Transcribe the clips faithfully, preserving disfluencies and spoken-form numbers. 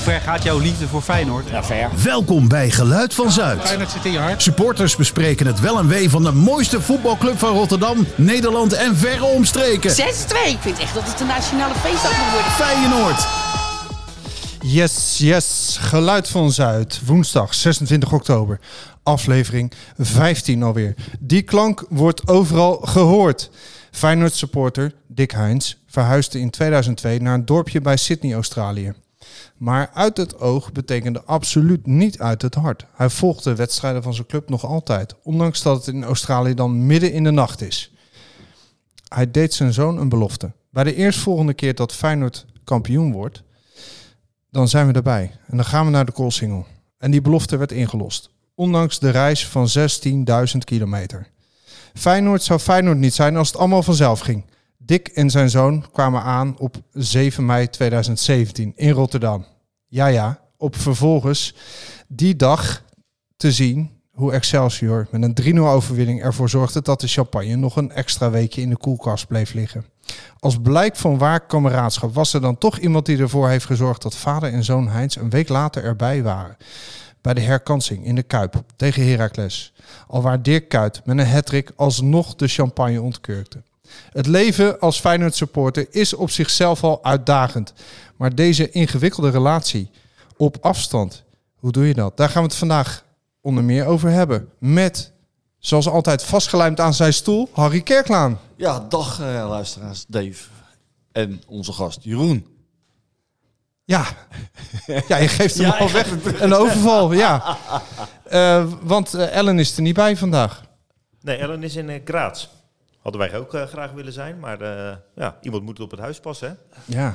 ver gaat jouw liefde voor Feyenoord? Ja, ver. Welkom bij Geluid van Zuid. Feyenoord zit in je hart. Supporters bespreken het wel en wee van de mooiste voetbalclub van Rotterdam, Nederland en verre omstreken. zes twee. Ik vind echt dat het een nationale feestdag moet worden. Feyenoord. Yes, yes. Geluid van Zuid. Woensdag zesentwintig oktober. Aflevering vijftien alweer. Die klank wordt overal gehoord. Feyenoord supporter Dick Heinz verhuisde in tweeduizend twee naar een dorpje bij Sydney, Australië. Maar uit het oog betekende absoluut niet uit het hart. Hij volgde wedstrijden van zijn club nog altijd, ondanks dat het in Australië dan midden in de nacht is. Hij deed zijn zoon een belofte. Bij de eerstvolgende keer dat Feyenoord kampioen wordt, dan zijn we erbij. En dan gaan we naar de Koolsingel. En die belofte werd ingelost. Ondanks de reis van zestienduizend kilometer. Feyenoord zou Feyenoord niet zijn als het allemaal vanzelf ging. Dick en zijn zoon kwamen aan op zeven mei tweeduizend zeventien in Rotterdam. Ja, ja, op vervolgens die dag te zien hoe Excelsior met een drie nul overwinning ervoor zorgde dat de champagne nog een extra weekje in de koelkast bleef liggen. Als blijk van waar kameraadschap was er dan toch iemand die ervoor heeft gezorgd dat vader en zoon Heinz een week later erbij waren. Bij de herkansing in de Kuip tegen Heracles. Alwaar Dirk Kuyt met een hattrick alsnog de champagne ontkurkte. Het leven als Feyenoord supporter is op zichzelf al uitdagend. Maar deze ingewikkelde relatie op afstand, hoe doe je dat? Daar gaan we het vandaag onder meer over hebben. Met, zoals altijd vastgelijmd aan zijn stoel, Harry Kerklaan. Ja, dag uh, luisteraars, Dave en onze gast Jeroen. Ja, ja je geeft hem Ja, al weg. Een overval, ja. Uh, want uh, Ellen is er niet bij vandaag. Nee, Ellen is in uh, Graz. Hadden wij ook uh, graag willen zijn, maar uh, ja, iemand moet het op het huis passen, hè? Ja.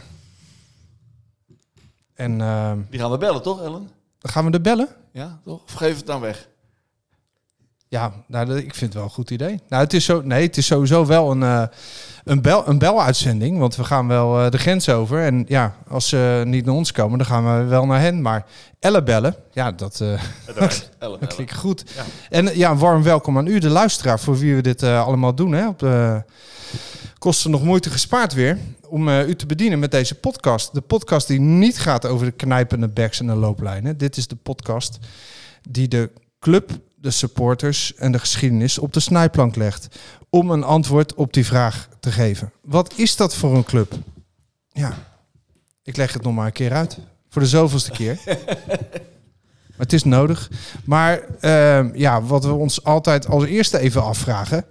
En uh, Die gaan we bellen, toch, Ellen? dan gaan we er bellen? Ja, toch? Of geef het dan weg? Ja, nou, dat, ik vind het wel een goed idee. Nou, het is zo, nee, het is sowieso wel een, uh, een, bel, een beluitzending, want we gaan wel uh, de grens over. En ja, als ze niet naar ons komen, dan gaan we wel naar hen. Maar Ellen bellen, ja, dat, uh, dat, Ellen, dat klinkt goed. Ja. En uh, ja, een warm welkom aan u, de luisteraar, voor wie we dit uh, allemaal doen. Hè, op de, kosten nog moeite gespaard weer om uh, u te bedienen met deze podcast. De podcast die niet gaat over de knijpende backs en de looplijnen. Dit is de podcast die de club, de supporters en de geschiedenis op de snijplank legt. Om een antwoord op die vraag te geven. Wat is dat voor een club? Ja, ik leg het nog maar een keer uit. Voor de zoveelste keer. Maar het is nodig. Maar uh, ja, wat we ons altijd als eerste even afvragen.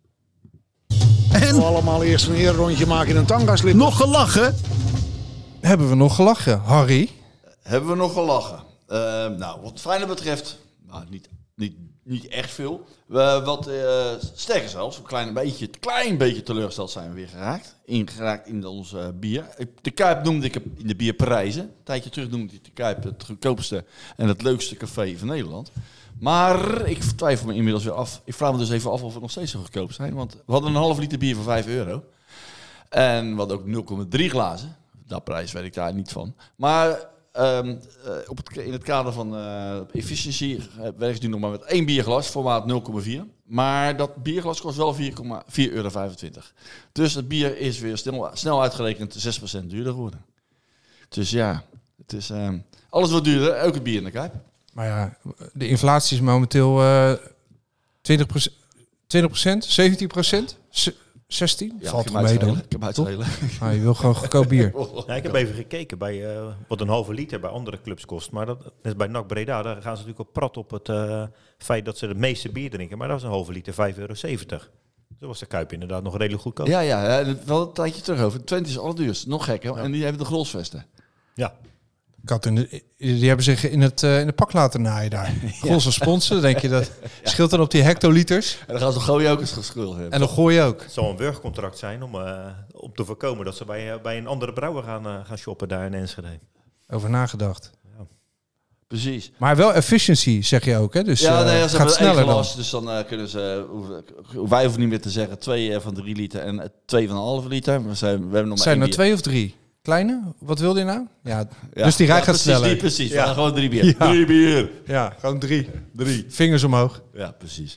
En We allemaal eerst een eerrondje maken in een tanga-slip. nog gelachen? Hebben we nog gelachen, Harry? Hebben we nog gelachen? Uh, nou, wat Feyenoord betreft, nou, niet, niet, niet echt veel. We, wat uh, sterker zelfs, een klein beetje, klein beetje teleurgesteld zijn we weer geraakt. Ingeraakt in ons uh, bier. De Kuip noemde ik in de bierprijzen. Een tijdje terug noemde ik de Kuip het goedkoopste en het leukste café van Nederland. Maar ik twijfel me inmiddels weer af. Ik vraag me dus even af of we nog steeds zo goedkoop zijn. Want we hadden een half liter bier voor vijf euro. En we hadden ook nul komma drie glazen. Dat prijs weet ik daar niet van. Maar um, uh, op het, in het kader van uh, efficiëntie uh, werken ze nu nog maar met één bierglas, formaat nul komma vier. Maar dat bierglas kost wel vier euro vijfentwintig. Dus het bier is weer snel, snel uitgerekend zes procent duurder geworden. Dus ja, het is uh, alles wat duurder, ook het bier in de Kuip. Maar ja, de inflatie is momenteel uh, twintig procent, twintig procent, zeventien procent, zestien? Ja, Valt ik toch mee dan? Ik heb hem uitschelen. Ah, je wil gewoon goedkoop bier. Ja, ik heb even gekeken bij uh, wat een halve liter bij andere clubs kost. Maar dat is bij N A C Breda, daar gaan ze natuurlijk op prat op het uh, feit dat ze het meeste bier drinken. Maar dat was een halve liter vijf euro zeventig. Zo was de Kuip inderdaad nog redelijk goedkoop. Ja, ja, ja, wel een tijdje terug over. Twente is allerduurst, nog gekker. Ja. En die hebben de Grolsvesten. Ja. Ik had in de, die hebben zich in het, uh, in de pak laten naaien daar. Golse sponsor, denk je dat ja. Scheelt dan op die hectoliters. En dan gaan ze gooien ook eens geschuld hebben. En dan gooi je ook. Het zal een wurgcontract zijn om, uh, om te voorkomen dat ze bij, uh, bij een andere brouwer gaan, uh, gaan shoppen daar in Enschede. Over nagedacht. Ja. Precies. Maar wel efficiency, zeg je ook, hè? Dus ja, nee, uh, als ze gaat hebben sneller één glas, dan. dus dan uh, kunnen ze... Uh, wij hoeven niet meer te zeggen twee van drie liter en uh, twee van een halve liter. We, zijn, we hebben nog maar zijn er bier. twee of drie? Kleine? Wat wilde je nou? Ja, Ja, dus die rij ja, gaat precies, sneller. Die, precies, Ja. we gaan gewoon drie bier. Ja. Drie bier. Ja, gewoon drie. Drie. Vingers omhoog. Ja, precies.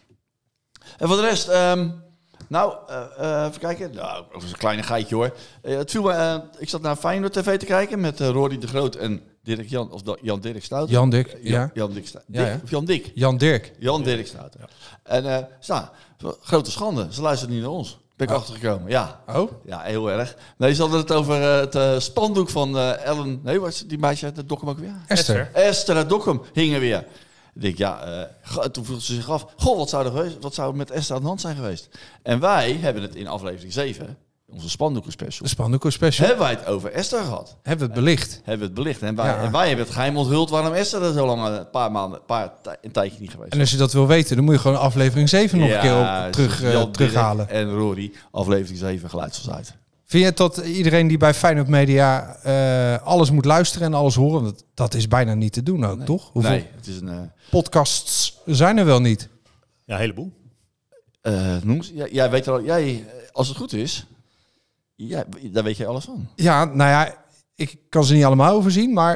En voor de rest... Um, nou, uh, uh, even kijken. Nou, dat is een kleine geitje hoor. Uh, het viel me, uh, ik zat naar Feyenoord T V te kijken met uh, Rory de Groot en Dirk Jan, of dat, Jan Dirk Stout. Jan Dirk, Jan, ja. Jan Dirk Stout. Ja, ja. Of Jan Dik. Jan Dirk. Jan Dirk Stout. Ja. En uh, nou, grote schande. Ze luisteren niet naar ons. Ben ik Oh. achtergekomen. Ja. Oh? Ja, heel erg. Nee, ze hadden het over uh, het uh, spandoek van uh, Ellen... Nee, wat is die meisje uit de Dokkum ook weer? Esther. Esther uit Dokkum hingen weer. Ik denk, ja, uh, toen vroeg ze zich af... Goh, wat zou, er geweest, wat zou er met Esther aan de hand zijn geweest? En wij hebben het in aflevering zeven... Onze spandoeken special. De Spandoeko special. Hebben wij het over Esther gehad? Hebben we het belicht. Hebben we het belicht. En wij, Ja. en wij hebben het geheim onthuld waarom Esther er zo lang, een paar maanden, een, paar, een tijdje niet geweest En als je dat wil weten, dan moet je gewoon aflevering zeven nog een keer op, terug, uh, Jan terughalen. Dirk en Rory, aflevering zeven, Geluid van Zuid. Vind je dat iedereen die bij Feyenoord Media uh, alles moet luisteren en alles horen? Dat, dat is bijna niet te doen ook, Nee. toch? Hoeveel Nee, het is een... Uh, podcasts zijn er wel niet? Ja, een heleboel. uh, noem ze, jij, jij weet er al... Jij, als het goed is... Jij, daar weet jij alles van. Ja, nou ja, ik kan ze niet allemaal overzien, maar...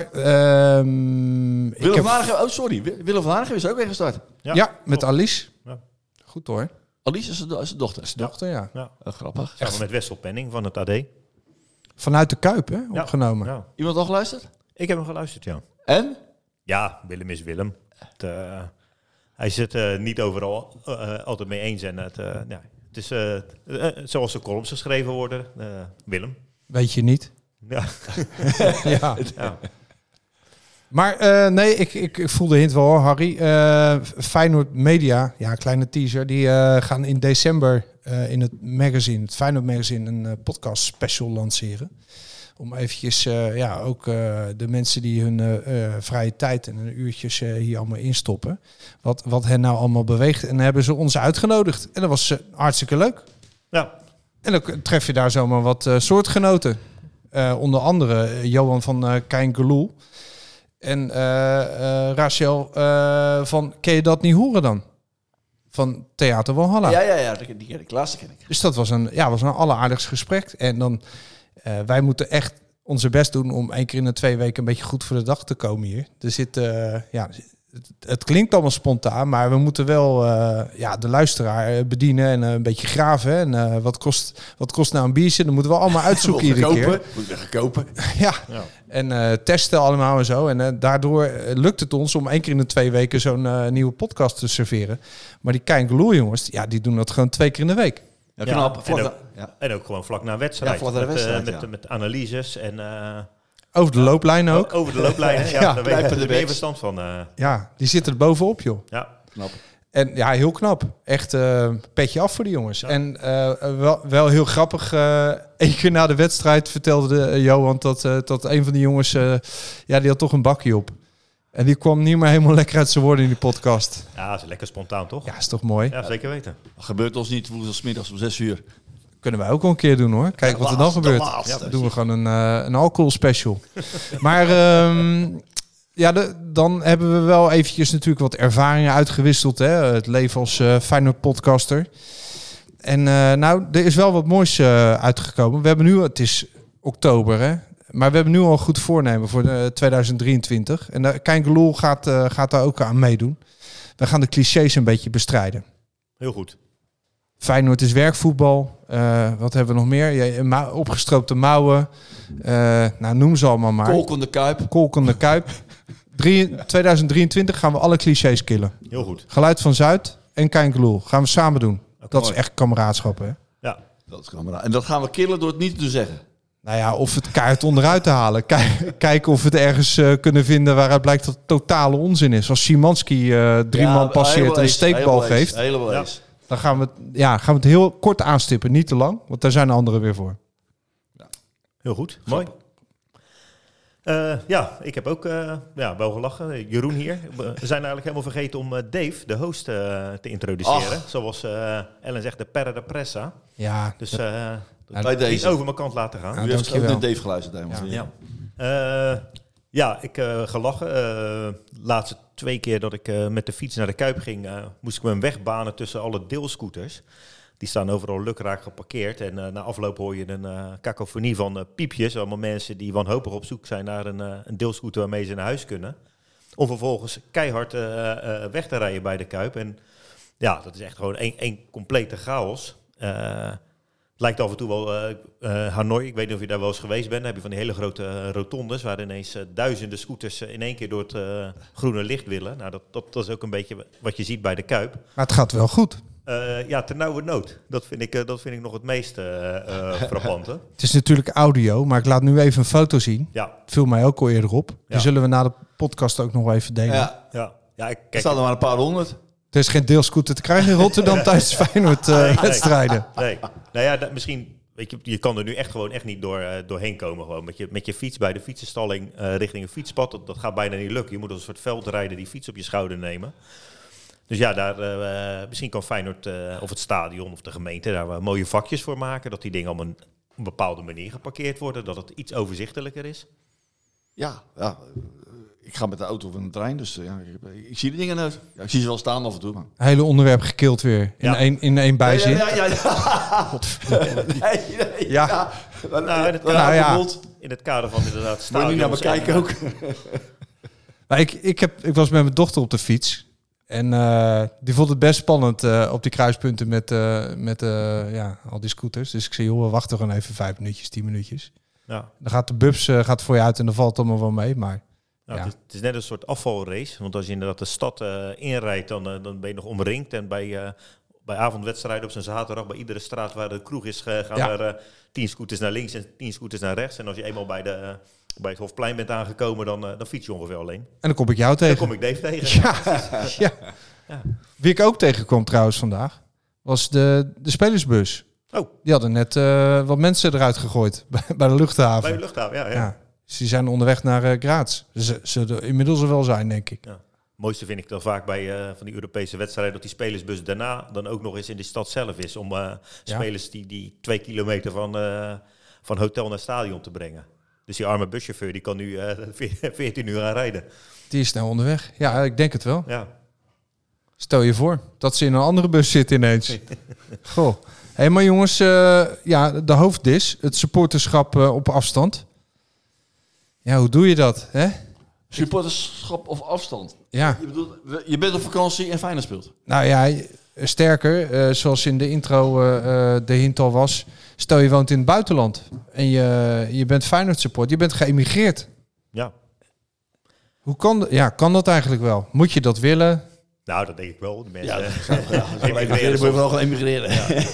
Uh, ik Willem heb, van Hanegem... Oh, sorry. Willem van Hanegem is ook weer gestart. Ja, ja, met klopt. Alice. Ja. Goed hoor. Alice is zijn do- is zijn dochter. Zijn dochter, ja. Ja. Oh, grappig. Samen met Wessel Penning van het A D. Vanuit de Kuip, hè, Ja. opgenomen. Ja. Iemand al geluisterd? Ik heb hem geluisterd, ja. En? Ja, Willem is Willem. Het, uh, hij zit uh, niet overal uh, altijd mee eens. En het, uh, ja, het is uh, uh, zoals de columns geschreven worden. Uh, Willem. Weet je niet. Ja. Ja. Ja. Maar uh, nee, ik, ik, ik voel de hint wel hoor, Harry. Uh, Feyenoord Media, ja, kleine teaser, die uh, gaan in december uh, in het magazine, het Feyenoord magazine, een uh, podcast special lanceren. Om eventjes uh, ja, ook uh, de mensen die hun uh, uh, vrije tijd en hun uurtjes uh, hier allemaal instoppen. Wat, wat hen nou allemaal beweegt. En dan hebben ze ons uitgenodigd. En dat was uh, hartstikke leuk. Ja. En dan tref je daar zomaar wat uh, soortgenoten. Uh, onder andere uh, Johan van uh, Kein Geloel. En uh, uh, Rachel uh, van, ken je dat niet horen dan? Van Theater Walhalla. Ja, ja, ja. Die, die ken ik. De laatste ken ik. Dus dat was een, ja, was een alleraardigst gesprek. En dan, uh, wij moeten echt onze best doen om één keer in de twee weken een beetje goed voor de dag te komen hier. Er zit, uh, ja, het, het klinkt allemaal spontaan, maar we moeten wel uh, ja, de luisteraar bedienen en uh, een beetje graven. En uh, wat kost, wat kost nou een biertje? Dat moeten we allemaal uitzoeken iedere kopen. keer. Moet ik gaan kopen. Ja. Ja. En uh, testen allemaal en zo. En uh, daardoor uh, lukt het ons om één keer in de twee weken zo'n uh, nieuwe podcast te serveren. Maar die Kein Geloel jongens, ja, die doen dat gewoon twee keer in de week. Ja, Ja, knap. en Vlak ook- na- ja. En ook gewoon vlak na een wedstrijd. Ja, vlak na de Met, uh, wedstrijd, met, ja. met analyses en... uh, Over de looplijn ook. Over de looplijnen. Ja, Ja. daar Knijpen weet de ik meer backs. verstand van. uh, Ja, die zitten er bovenop, joh. ja. Knap. En ja, heel knap. Echt uh, petje af voor die jongens. Ja. En uh, wel, wel heel grappig. Uh, Eén keer na de wedstrijd vertelde de, uh, Johan dat, uh, dat een van die jongens... Uh, ja, die had toch een bakje op. En die kwam niet meer helemaal lekker uit zijn woorden in die podcast. Ja, dat is lekker spontaan, toch? Ja, is toch mooi? Ja, zeker weten. Dat gebeurt ons niet woensdagmiddags om zes uur. Kunnen wij ook wel een keer doen hoor. Kijk wat er dan laatste, de gebeurt. laatste. Ja, dan doen we gewoon een, uh, een alcohol special. Maar um, ja, de, dan hebben we wel eventjes natuurlijk wat ervaringen uitgewisseld. Hè? Het leven als uh, Feyenoord podcaster. En uh, nou, er is wel wat moois uh, uitgekomen. We hebben nu, het is oktober hè. Maar we hebben nu al een goed voornemen voor de tweeduizend drieëntwintig. En uh, Kein Geloel gaat, uh, gaat daar ook aan meedoen. We gaan de clichés een beetje bestrijden. Heel goed. Feyenoord is werkvoetbal. Uh, wat hebben we nog meer? Ja, ma- opgestroopte mouwen. Uh, nou, noem ze allemaal maar. Kolkende Kuip. Kolkende Kuip. Drie, tweeduizend drieëntwintig gaan we alle clichés killen. Heel goed. Geluid van Zuid en Kein Geloel. Gaan we samen doen. Ook Dat mooi. is echt kameraadschap, hè? Ja. Dat is camera. En dat gaan we killen door het niet te zeggen. Nou ja, of het kaart onderuit te halen. Kijk, kijken of we het ergens uh, kunnen vinden waaruit blijkt dat het totale onzin is. Als Szymanski uh, drie Ja, man passeert helemaal en een eens, steekbal helemaal eens, geeft... Helemaal Ja. eens. dan gaan we, het, ja, gaan we het heel kort aanstippen. Niet te lang, want daar zijn de anderen weer voor. Heel goed. Mooi. Uh, ja, ik heb ook uh, ja, wel gelachen. Jeroen hier. We zijn eigenlijk helemaal vergeten om uh, Dave, de host, uh, te introduceren. Ach. Zoals uh, Ellen zegt, de perra de pressa. Dus Dus uh, Bij niet deze. over mijn kant laten gaan. Ja, U heeft ook dankjewel. naar Dave geluisterd, dames en Ja. heren. Uh, ja, ik uh, gelachen. Uh, de laatste twee keer dat ik uh, met de fiets naar de Kuip ging, uh, moest ik me een weg banen tussen alle deelscooters. Die staan overal lukraak geparkeerd. En uh, na afloop hoor je een uh, cacophonie van uh, piepjes. Allemaal mensen die wanhopig op zoek zijn naar een, uh, een deelscooter waarmee ze naar huis kunnen. Om vervolgens keihard uh, uh, weg te rijden bij de Kuip. En ja, dat is echt gewoon één, één complete chaos. Uh, Het lijkt af en toe wel uh, uh, Hanoi. Ik weet niet of je daar wel eens geweest bent. Dan heb je van die hele grote uh, rotondes waar ineens uh, duizenden scooters uh, in één keer door het uh, groene licht willen. Nou, dat, dat, dat is ook een beetje wat je ziet bij de Kuip. Maar het gaat wel goed. Uh, ja, ternauwernood. Dat vind ik, uh, dat vind ik nog het meest uh, uh, frappante. Het is natuurlijk audio, maar ik laat nu even een foto zien. Ja. Het viel mij ook al eerder op. Die Ja. zullen we na de podcast ook nog wel even delen. Ja, Ja, ja ik er kijk. staan er maar een paar honderd. Er is geen deelscooter te krijgen in Rotterdam tijdens Feyenoord-wedstrijden. Nee, nee. Nou ja, dat, misschien. Weet je, je kan er nu echt gewoon echt niet door, uh, doorheen komen. Gewoon. Met, je, met je fiets bij de fietsenstalling uh, richting een fietspad. Dat, dat gaat bijna niet lukken. Je moet als een soort veldrijder die fiets op je schouder nemen. Dus ja, daar, uh, misschien kan Feyenoord uh, of het stadion of de gemeente daar uh, mooie vakjes voor maken. Dat die dingen op een, een bepaalde manier geparkeerd worden. Dat het iets overzichtelijker is. Ja, ja. Ik ga met de auto of een trein, dus ja, ik, ik zie de dingen uit. Ja, ik zie ze wel staan af en toe. Maar. Hele onderwerp gekild weer. In Ja. één in één bijzin. Ja, ja, ja. ja. nee, nee, Ja. ja. Dan, Nou, in het dan kader, ja. in het kader van inderdaad Moet je niet naar me stadions kijken en, ook. Maar ik, ik, heb, ik was met mijn dochter op de fiets. En uh, die vond het best spannend uh, op die kruispunten met, uh, met uh, ja, al die scooters. Dus ik zei, joh, we wachten gewoon even vijf minuutjes, tien minuutjes. Ja. Dan gaat de bubs uh, gaat voor je uit en dan valt het allemaal wel mee. Maar Nou, ja. het, is, het is net een soort afvalrace. Want als je inderdaad de stad uh, inrijdt, dan, uh, dan ben je nog omringd. En bij, uh, bij avondwedstrijden op zijn zaterdag, bij iedere straat waar de kroeg is, uh, gaan Ja. er uh, tien scooters naar links en tien scooters naar rechts. En als je eenmaal bij, de, uh, bij het Hofplein bent aangekomen, dan, uh, dan fiets je ongeveer alleen. En dan kom ik jou tegen. Dan kom ik Dave tegen. Ja, ja. Ja. Wie ik ook tegenkwam trouwens vandaag, was de, de spelersbus. Oh, Die hadden net uh, wat mensen eruit gegooid bij, bij de luchthaven. bij de luchthaven, ja. ja. Ja. Dus die zijn onderweg naar uh, Graz. Ze zullen er inmiddels er wel zijn, denk ik. Ja. Het mooiste vind ik dan vaak bij uh, van die Europese wedstrijden, dat die spelersbus daarna dan ook nog eens in de stad zelf is. Om uh, Ja. spelers die, die twee kilometer van, uh, van hotel naar stadion te brengen. Dus die arme buschauffeur die kan nu uh, veertien uur gaan rijden. Die is snel onderweg. Ja, ik denk het wel. Ja. Stel je voor dat ze in een andere bus zitten ineens. Goh. Hé, hey, maar jongens, uh, ja, de hoofddis, het supporterschap uh, op afstand. Ja, hoe doe je dat, hè? Supporterschap of afstand. Ja, Je bedoelt, je bent op vakantie en Feyenoord speelt. nou ja, sterker, uh, zoals in de intro uh, uh, de hint al was. Stel je woont in het buitenland en je, je bent Feyenoord support, je bent geëmigreerd. Ja. Hoe kan, d- ja, kan dat eigenlijk wel? Moet je dat willen? Nou, dat denk ik wel. De mensen, Ja, uh, ja, emigreren moet je wel gaan emigreren.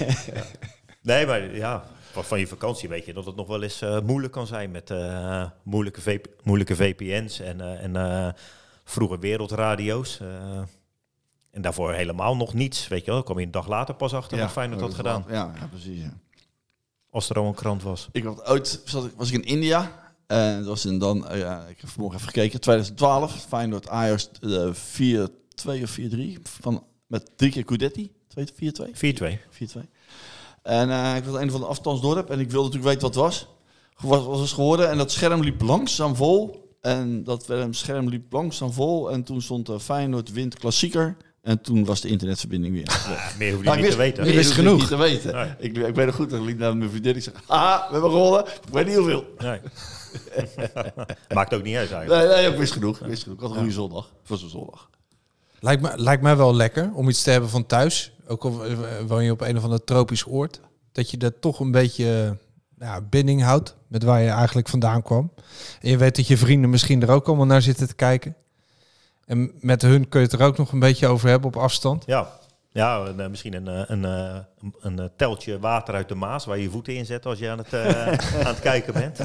Nee, maar ja, van- van je vakantie weet je dat het nog wel eens uh, moeilijk kan zijn met uh, moeilijke, V P, moeilijke V P N's en, uh, en uh, vroege wereldradio's. Uh, en daarvoor helemaal nog niets, weet je wel. Dan kwam je een dag later pas achter wat Feyenoord had gedaan. Ja, ja precies. Ja. Als er al een krant was. Ik had ooit, zat ik- was ik in India. En dat was in dan, uh, ja, ik heb vanmorgen even gekeken, twintig twaalf. Feyenoord Ajax uh, vier twee of vier drie. Van, met drie keer Gudetti. vier twee. vier twee. vier twee. En uh, ik was een van de afstandsdorp en ik wilde natuurlijk weten wat het was. Wat was het geworden? En dat scherm liep langzaam vol. En dat scherm liep langzaam vol. En toen stond er Feyenoord wint klassieker. En toen was de internetverbinding weer. Ah, meer hoef je Maar niet ik te weten. meer wist hoefde ik genoeg. niet te weten. Nee. Ik, ik weet nog goed, dat ik liep naar mijn vriendin. Ik zei, haha, we hebben gewonnen. Ik weet niet hoeveel. Nee. Maakt ook niet uit eigenlijk. Nee, nee, ik wist genoeg. Ik wist genoeg. Ik had een goede zondag. Het was een zondag. Lijkt, me, lijkt mij wel lekker om iets te hebben van thuis. Ook al uh, woon je op een of ander tropisch oord. Dat je dat toch een beetje uh, ja, binding houdt met waar je eigenlijk vandaan kwam. En je weet dat je vrienden misschien er ook allemaal naar zitten te kijken. En met hun kun je het er ook nog een beetje over hebben op afstand. Ja, ja en, uh, misschien een, uh, een, uh, een, een uh, teltje water uit de Maas waar je je voeten in zet als je aan het, uh, aan het kijken bent.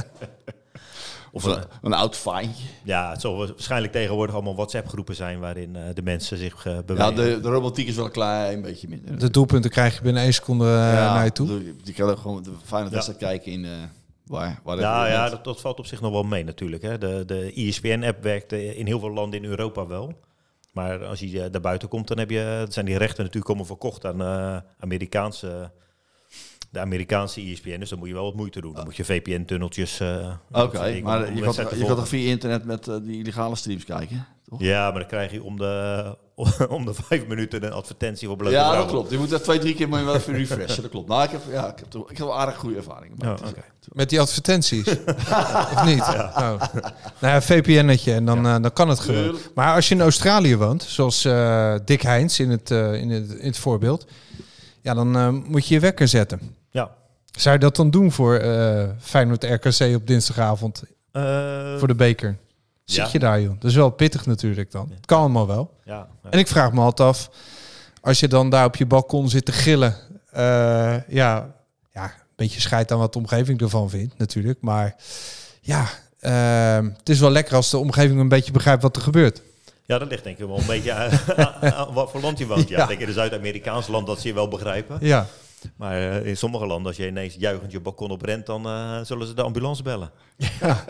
Of Of een, een oud fijntje. Ja, het zal waarschijnlijk tegenwoordig allemaal WhatsApp-groepen zijn waarin uh, de mensen zich uh, Ja, bewegen. de, de romantiek is wel een klein beetje minder. De doelpunten krijg je binnen één seconde uh, naar je toe. Die, die kan ook gewoon de Feyenoord Ja. wedstrijd kijken in uh, waar, waar Nou je ja, bent. dat, dat valt op zich nog wel mee natuurlijk. Hè. De, de E S P N-app werkt uh, in heel veel landen in Europa wel. Maar als je uh, daar buiten komt, dan heb je, zijn die rechten natuurlijk allemaal verkocht aan uh, Amerikaanse, de Amerikaanse E S P N. Dus dan moet je wel wat moeite doen. Dan moet je V P N-tunneltjes... Uh, Oké, maar je kan, toch- je kan toch via internet met uh, die illegale streams kijken? Toch? Ja, maar dan krijg je om de, om de vijf minuten een advertentie voor blote Ja, dat vrouwen. klopt. Je moet er twee, drie keer moet je wel even refreshen. Dat klopt. Nou, ik heb, ja, ik heb, toch, ik heb wel aardig goede ervaringen. Maar Ja, het is- oké. Met die advertenties. Of niet? Oh. Nou ja, V P N'tje en dan, uh, dan kan het gewoon. Tuurlijk. Maar als je in Australië woont, zoals uh, Dick Heinz in het, uh, in, het, in het voorbeeld. Ja, dan uh, moet je je wekker zetten. Ja. Zou je dat dan doen voor uh, Feyenoord R K C op dinsdagavond? Uh, voor de beker? Zit ja. je daar, joh? Dat is wel pittig natuurlijk dan. Het kan allemaal wel. Ja, ja. En ik vraag me altijd af, als je dan daar op je balkon zit te gillen... Uh, ja, ja, een beetje scheid aan wat de omgeving ervan vindt natuurlijk. Maar ja, uh, het is wel lekker als de omgeving een beetje begrijpt wat er gebeurt. Ja, dat ligt denk ik wel een beetje aan, aan, aan wat voor land je woont. Ja, ja. Ik denk in een Zuid-Amerikaans land dat ze je wel begrijpen. Ja. Maar uh, in sommige landen, als je ineens juichend je balkon oprent, dan uh, zullen ze de ambulance bellen. Ja.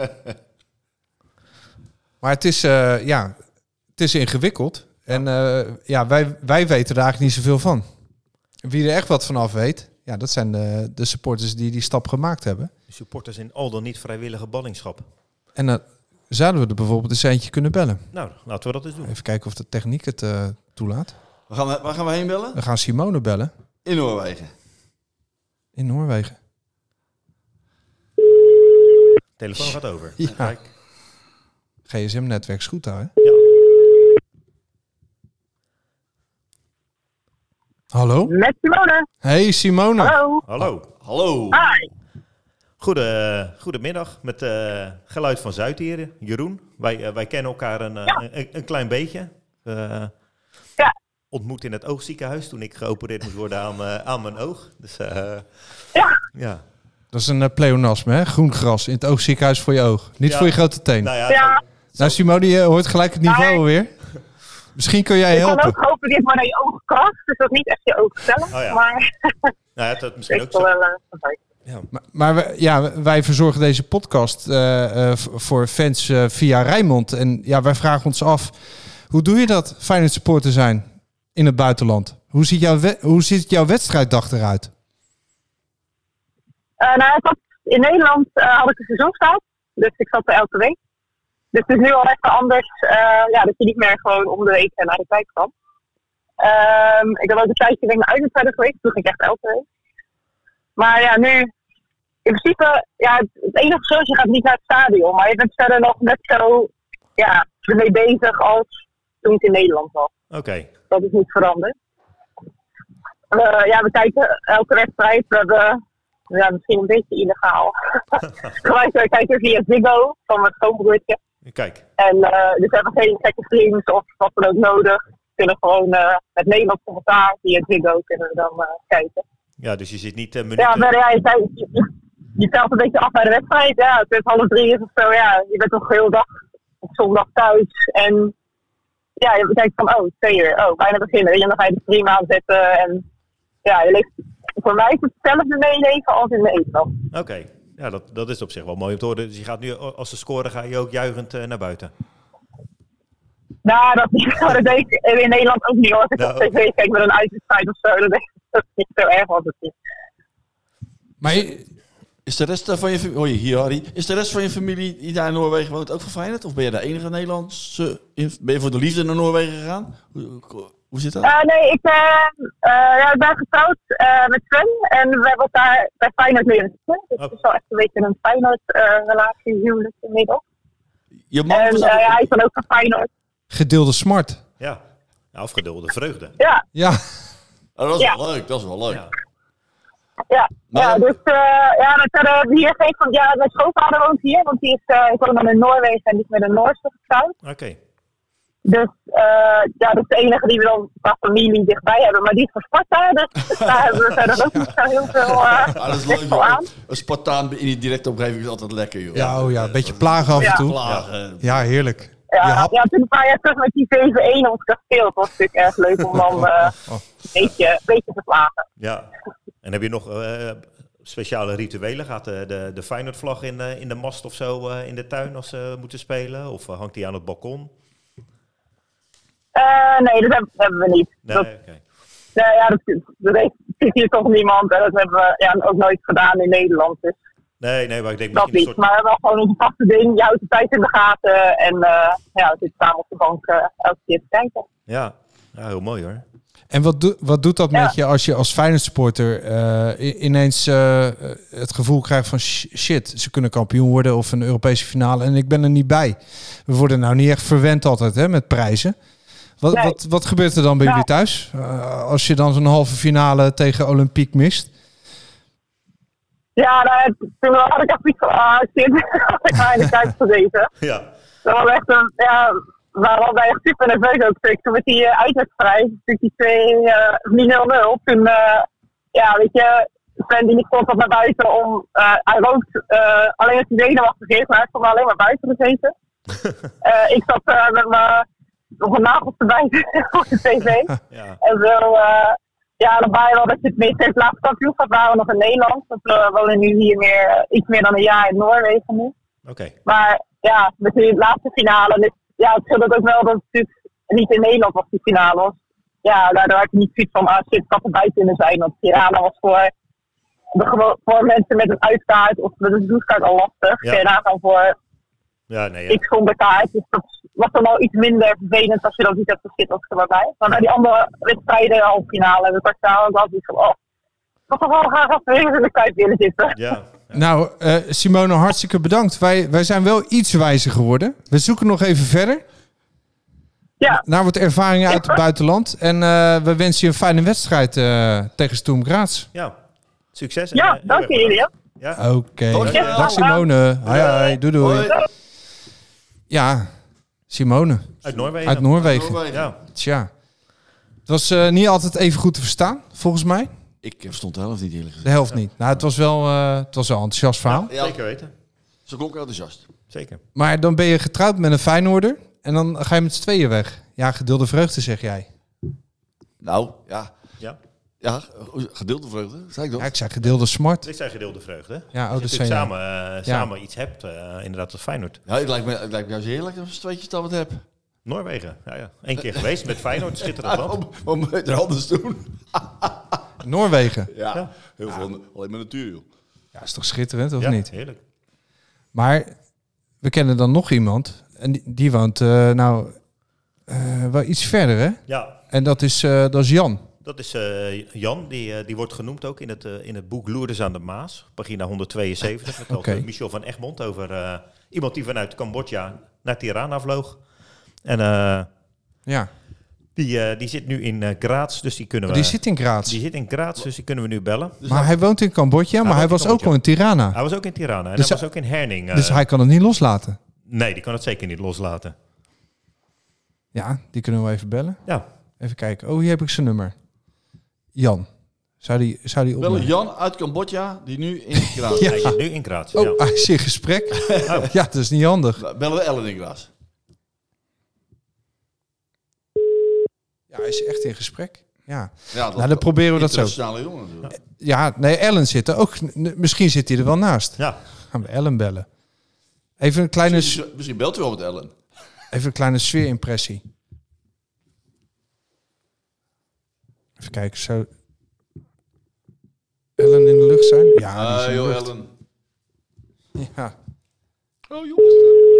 Maar het is, uh, ja, het is ingewikkeld. En uh, ja, wij, wij weten er eigenlijk niet zoveel van. Wie er echt wat vanaf weet, ja, dat zijn de, de supporters die die stap gemaakt hebben. De supporters in al dan niet vrijwillige ballingschap. En dan zouden we er bijvoorbeeld eens eentje kunnen bellen. Nou, laten we dat eens doen. Even kijken of de techniek het uh, toelaat. Waar gaan, we, waar gaan we heen bellen? We gaan Simone bellen. In Noorwegen. In Noorwegen. Telefoon gaat over. Ja. Kijk. G S M-netwerk is goed daar, hè? Ja. Hallo? Met Simone. Hey Simone. Hallo. Hallo. Hallo. Hi. Goede, goedemiddag met uh, Geluid van Zuid hier, Jeroen. Wij, uh, wij kennen elkaar een, uh, ja. een, een klein beetje. Uh, ja. Ontmoet in het oogziekenhuis toen ik geopereerd moest worden aan, uh, aan mijn oog. Dus, uh, ja. ja. Dat is een uh, pleonasme, hè? Groen gras in het oogziekenhuis voor je oog. Niet ja. voor je grote teen. Nou, ja, ja. Zo, zo. Nou Simone, je hoort gelijk het niveau nee. alweer. Misschien kun jij helpen. Ik kan ook hopen dit maar naar je oogkast. Dus dat niet echt je oog stellen. Oh, ja. Maar nou, het, het misschien ook zo. Wel, uh, ja. Maar, maar we, ja, wij verzorgen deze podcast uh, uh, voor fans uh, via Rijnmond. En ja, wij vragen ons af, hoe doe je dat, Feyenoord supporter zijn in het buitenland? Hoe ziet jouw, we- hoe ziet jouw wedstrijddag eruit? Uh, nou, ik had, in Nederland uh, had ik een seizoenstart. Dus ik zat er elke week. Dus het is nu al even anders. Uh, ja, dat je niet meer gewoon om de week naar de tijd kan. Um, ik had ook een tijdje naar uitwedstrijden geweest. Toen ging ik echt elke week. Maar ja, nu... In principe, ja, het enige verschil is, je gaat niet naar het stadion. Maar je bent verder nog net zo ja, ermee bezig als toen ik in Nederland was. Oké. Okay. Dat is niet veranderd. Uh, ja, we kijken elke wedstrijd. We hebben, ja, misschien een beetje illegaal. Gelijk, we kijken via Ziggo van mijn schoonbroertje. Kijk. En uh, dus we hebben geen gekke streams of wat dan ook nodig. We kunnen gewoon uh, met Nederlands commentaar via Ziggo kunnen we dan uh, kijken. Ja, dus je zit niet uh, minuten... Ja, maar ja, je, je, je telt een beetje af bij de wedstrijd. Ja, het is half drie is of zo. Ja, je bent toch de hele dag op zondag thuis. En ja, je kijkt van, oh, twee uur. Oh, bijna beginnen. En dan ga je de stream aanzetten. En ja, je leeft, voor mij is het hetzelfde meeleven als in Nederland. Oké. Okay. Ja, dat, dat is op zich wel mooi om te horen. Dus je gaat nu, als ze scoren, ga je ook juichend uh, naar buiten? Nou, dat, dat deed ik in Nederland ook niet. Als ik nou, op tv kijk met een uitwedstrijd of zo, dan denk ik dat het niet zo erg was. Het niet. Maar je, is de rest van je familie... Hoi, hier Harry. Is de rest van je familie die daar in Noorwegen woont ook van Feyenoord? Of ben je de enige Nederlandse... Ben je voor de liefde naar Noorwegen gegaan? Hoe, hoe zit dat? Uh, nee, ik, uh, uh, ja, ik ben getrouwd uh, met Sven. En we hebben elkaar bij Feyenoord leren kennen. Dus het is wel echt een beetje een Feyenoord-relatie, uh, huwelijk inmiddels. Je man en uh, ja, hij is dan ook van Feyenoord. Gedeelde smart. Ja, nou, of gedeelde vreugde. Ja. Ja. Oh, dat is ja. wel leuk, dat is wel leuk. Ja, ja, ja dus uh, ja, dat er uh, hier geen van... Ja, mijn schoonvader woont hier, want die is, uh, ik woon dan in Noorwegen en die is met een Noorse getrouwd. oké. Okay. Dus uh, ja, dat is de enige die we dan qua familie dichtbij hebben. Maar die is van Sparta, dus daar hebben we verder ook niet zo heel veel uh, ah, dat is leuk, aan. Een Spartaan in die directe omgeving is altijd lekker, joh. Ja, oh ja, een beetje plagen af en ja. toe. Plagen. Ja, heerlijk. Ja, hap... ja, toen een paar jaar terug met die zeven-een ons kasteel. Het was natuurlijk erg leuk om dan uh, oh. een, beetje, een beetje te plagen. Ja, en heb je nog uh, speciale rituelen? Gaat de, de, de Feyenoord-vlag in, uh, in de mast of zo uh, in de tuin als ze moeten spelen? Of uh, hangt die aan het balkon? Uh, nee, dat hebben, hebben we niet. Nee, dat, okay. nee, ja, dat, dat heeft, ziet hier toch niemand. En dat hebben we ja, ook nooit gedaan in Nederland. Dus nee, nee, maar ik denk dat misschien niet. een soort... Maar wel gewoon onze vaste ding. Je houdt de tijd in de gaten. En uh, ja, we zitten samen op de bank uh, elke keer te kijken. Ja, ja, heel mooi hoor. En wat, do- wat doet dat ja. met je als je als Feyenoord supporter uh, ineens uh, het gevoel krijgt van shit, ze kunnen kampioen worden of een Europese finale en ik ben er niet bij. We worden nou niet echt verwend altijd hè, met prijzen. Wat, nee. wat, wat gebeurt er dan bij nou, jullie thuis uh, als je dan zo'n halve finale tegen Olympique mist? Ja, nou, toen had ik echt iets van, ah shit, had ik maar in de Kuip gezeten. Ja. Dat was echt een, ja, we waren allebei echt super nerveus ook. Toen met die uh, uitwedstrijd, natuurlijk die twee nul nul. Toen, uh, ja, weet je, Sven die stond wat naar buiten om, uh, hij rookt uh, alleen als hij benen was vergeten, maar hij stond alleen maar buiten gezeten. uh, ik zat uh, met mijn nog een nagels erbij op de tv. Ja. En zo, uh, ja, dan ben je wel dat je het meest heeft laatste kampioenschap waren nog in Nederland. Want we wonen nu hier meer, uh, iets meer dan een jaar in Noorwegen nu. Oké. Okay. Maar ja, met die laatste finale, dus, ja, het scheelde ook wel dat het natuurlijk niet in Nederland was die finale was. Ja, daardoor had ik niet zoiets van, ah shit, ik had erbij kunnen zijn. Want Tirana was voor, de, voor mensen met een uitkaart of met een doeskaart al lastig. Ja. En dan voor ja, nee, ja. ik zonder kaart. Dus dat was dan al iets minder vervelend als je dat niet hebt gezit als er maar bij. Maar bij die andere wedstrijden, halve finale, de kwartaal, ook altijd van, oh, ik had toch wel graag even in de Kuip willen zitten. Ja. Ja. Nou, uh, Simone, hartstikke bedankt. Wij, wij zijn wel iets wijzer geworden. We zoeken nog even verder. Ja. Naar wat ervaringen uit het buitenland. En uh, we wensen je een fijne wedstrijd uh, tegen Sturm Graz. Ja, succes. Ja, en, dank jullie. Ja. Oké. Okay. Ja. Dag Simone. Hoi, hoi. Doei, doei. Hoi. Ja, Simone. Uit Noorwegen. Uit Noorwegen. Uit Noorwegen. Ja. Tja. Het was uh, niet altijd even goed te verstaan, volgens mij. Ik verstond de helft niet eerlijk gezegd. De helft niet. Nou, het was wel, uh, het was wel een enthousiast verhaal. Ja, ja. Zeker weten. Ze klonk enthousiast. Zeker. Maar dan ben je getrouwd met een Feyenoorder en dan ga je met z'n tweeën weg. Ja, gedeelde vreugde, zeg jij. Nou, ja. Ja. Ja, gedeelde vreugde, zei ik dat? Ja, ik zei gedeelde smart. Dit zijn gedeelde vreugde. Ja, oh, als dat je zijn samen, uh, ja. samen iets hebt, uh, inderdaad als Feyenoord. Ja, het lijkt me, het lijkt me juist heerlijk als je tweetjes dat wat heb. Noorwegen, ja, ja. Eén keer geweest met Feyenoord, schitterend land. Wat moet je er anders doen? Noorwegen. Ja, ja. heel veel, ja. Alleen maar natuur, joh. Ja, is toch schitterend, of ja, niet? Heerlijk. Maar we kennen dan nog iemand. En die, die woont uh, nou uh, wel iets verder, hè? Ja. En dat is, uh, dat is Jan. Dat is uh, Jan, die, uh, die wordt genoemd ook in het, uh, in het boek Loerders aan de Maas, pagina honderdtweeënzeventig. Vertelt okay. Michel van Egmond over uh, iemand die vanuit Cambodja naar Tirana vloog. En uh, ja. die, uh, die zit nu in uh, Graz, dus die kunnen we... Die zit in Graz? Die zit in Graz, dus die kunnen we nu bellen. Dus maar hij, hij woont in Cambodja, maar hij, hij was ook al in Tirana. Hij was ook in Tirana en dus hij was ook in Herning. Uh, dus hij kan het niet loslaten? Nee, die kan het zeker niet loslaten. Ja, die kunnen we even bellen. Ja. Even kijken. Oh, hier heb ik zijn nummer. Jan. Zou die, zou die opnemen? Bellen Jan uit Cambodja, die nu in Graz ja. Hij is nu in Graz. Oh, ja. hij is in gesprek. Oh. Ja, dat is niet handig. Bellen we Ellen in Graz. Ja, hij is echt in gesprek. Ja, ja dat, nou, dan proberen we dat zo. Jongen, ja, nee, Ellen zit er ook. Misschien zit hij er wel naast. Ja. Gaan we Ellen bellen. Even een kleine... Misschien, misschien belt u wel met Ellen. Even een kleine sfeerimpressie. Even kijken, zou Ellen in de lucht zijn? Ja, die is in de joh, lucht. Ellen. Ja. Oh, jongens.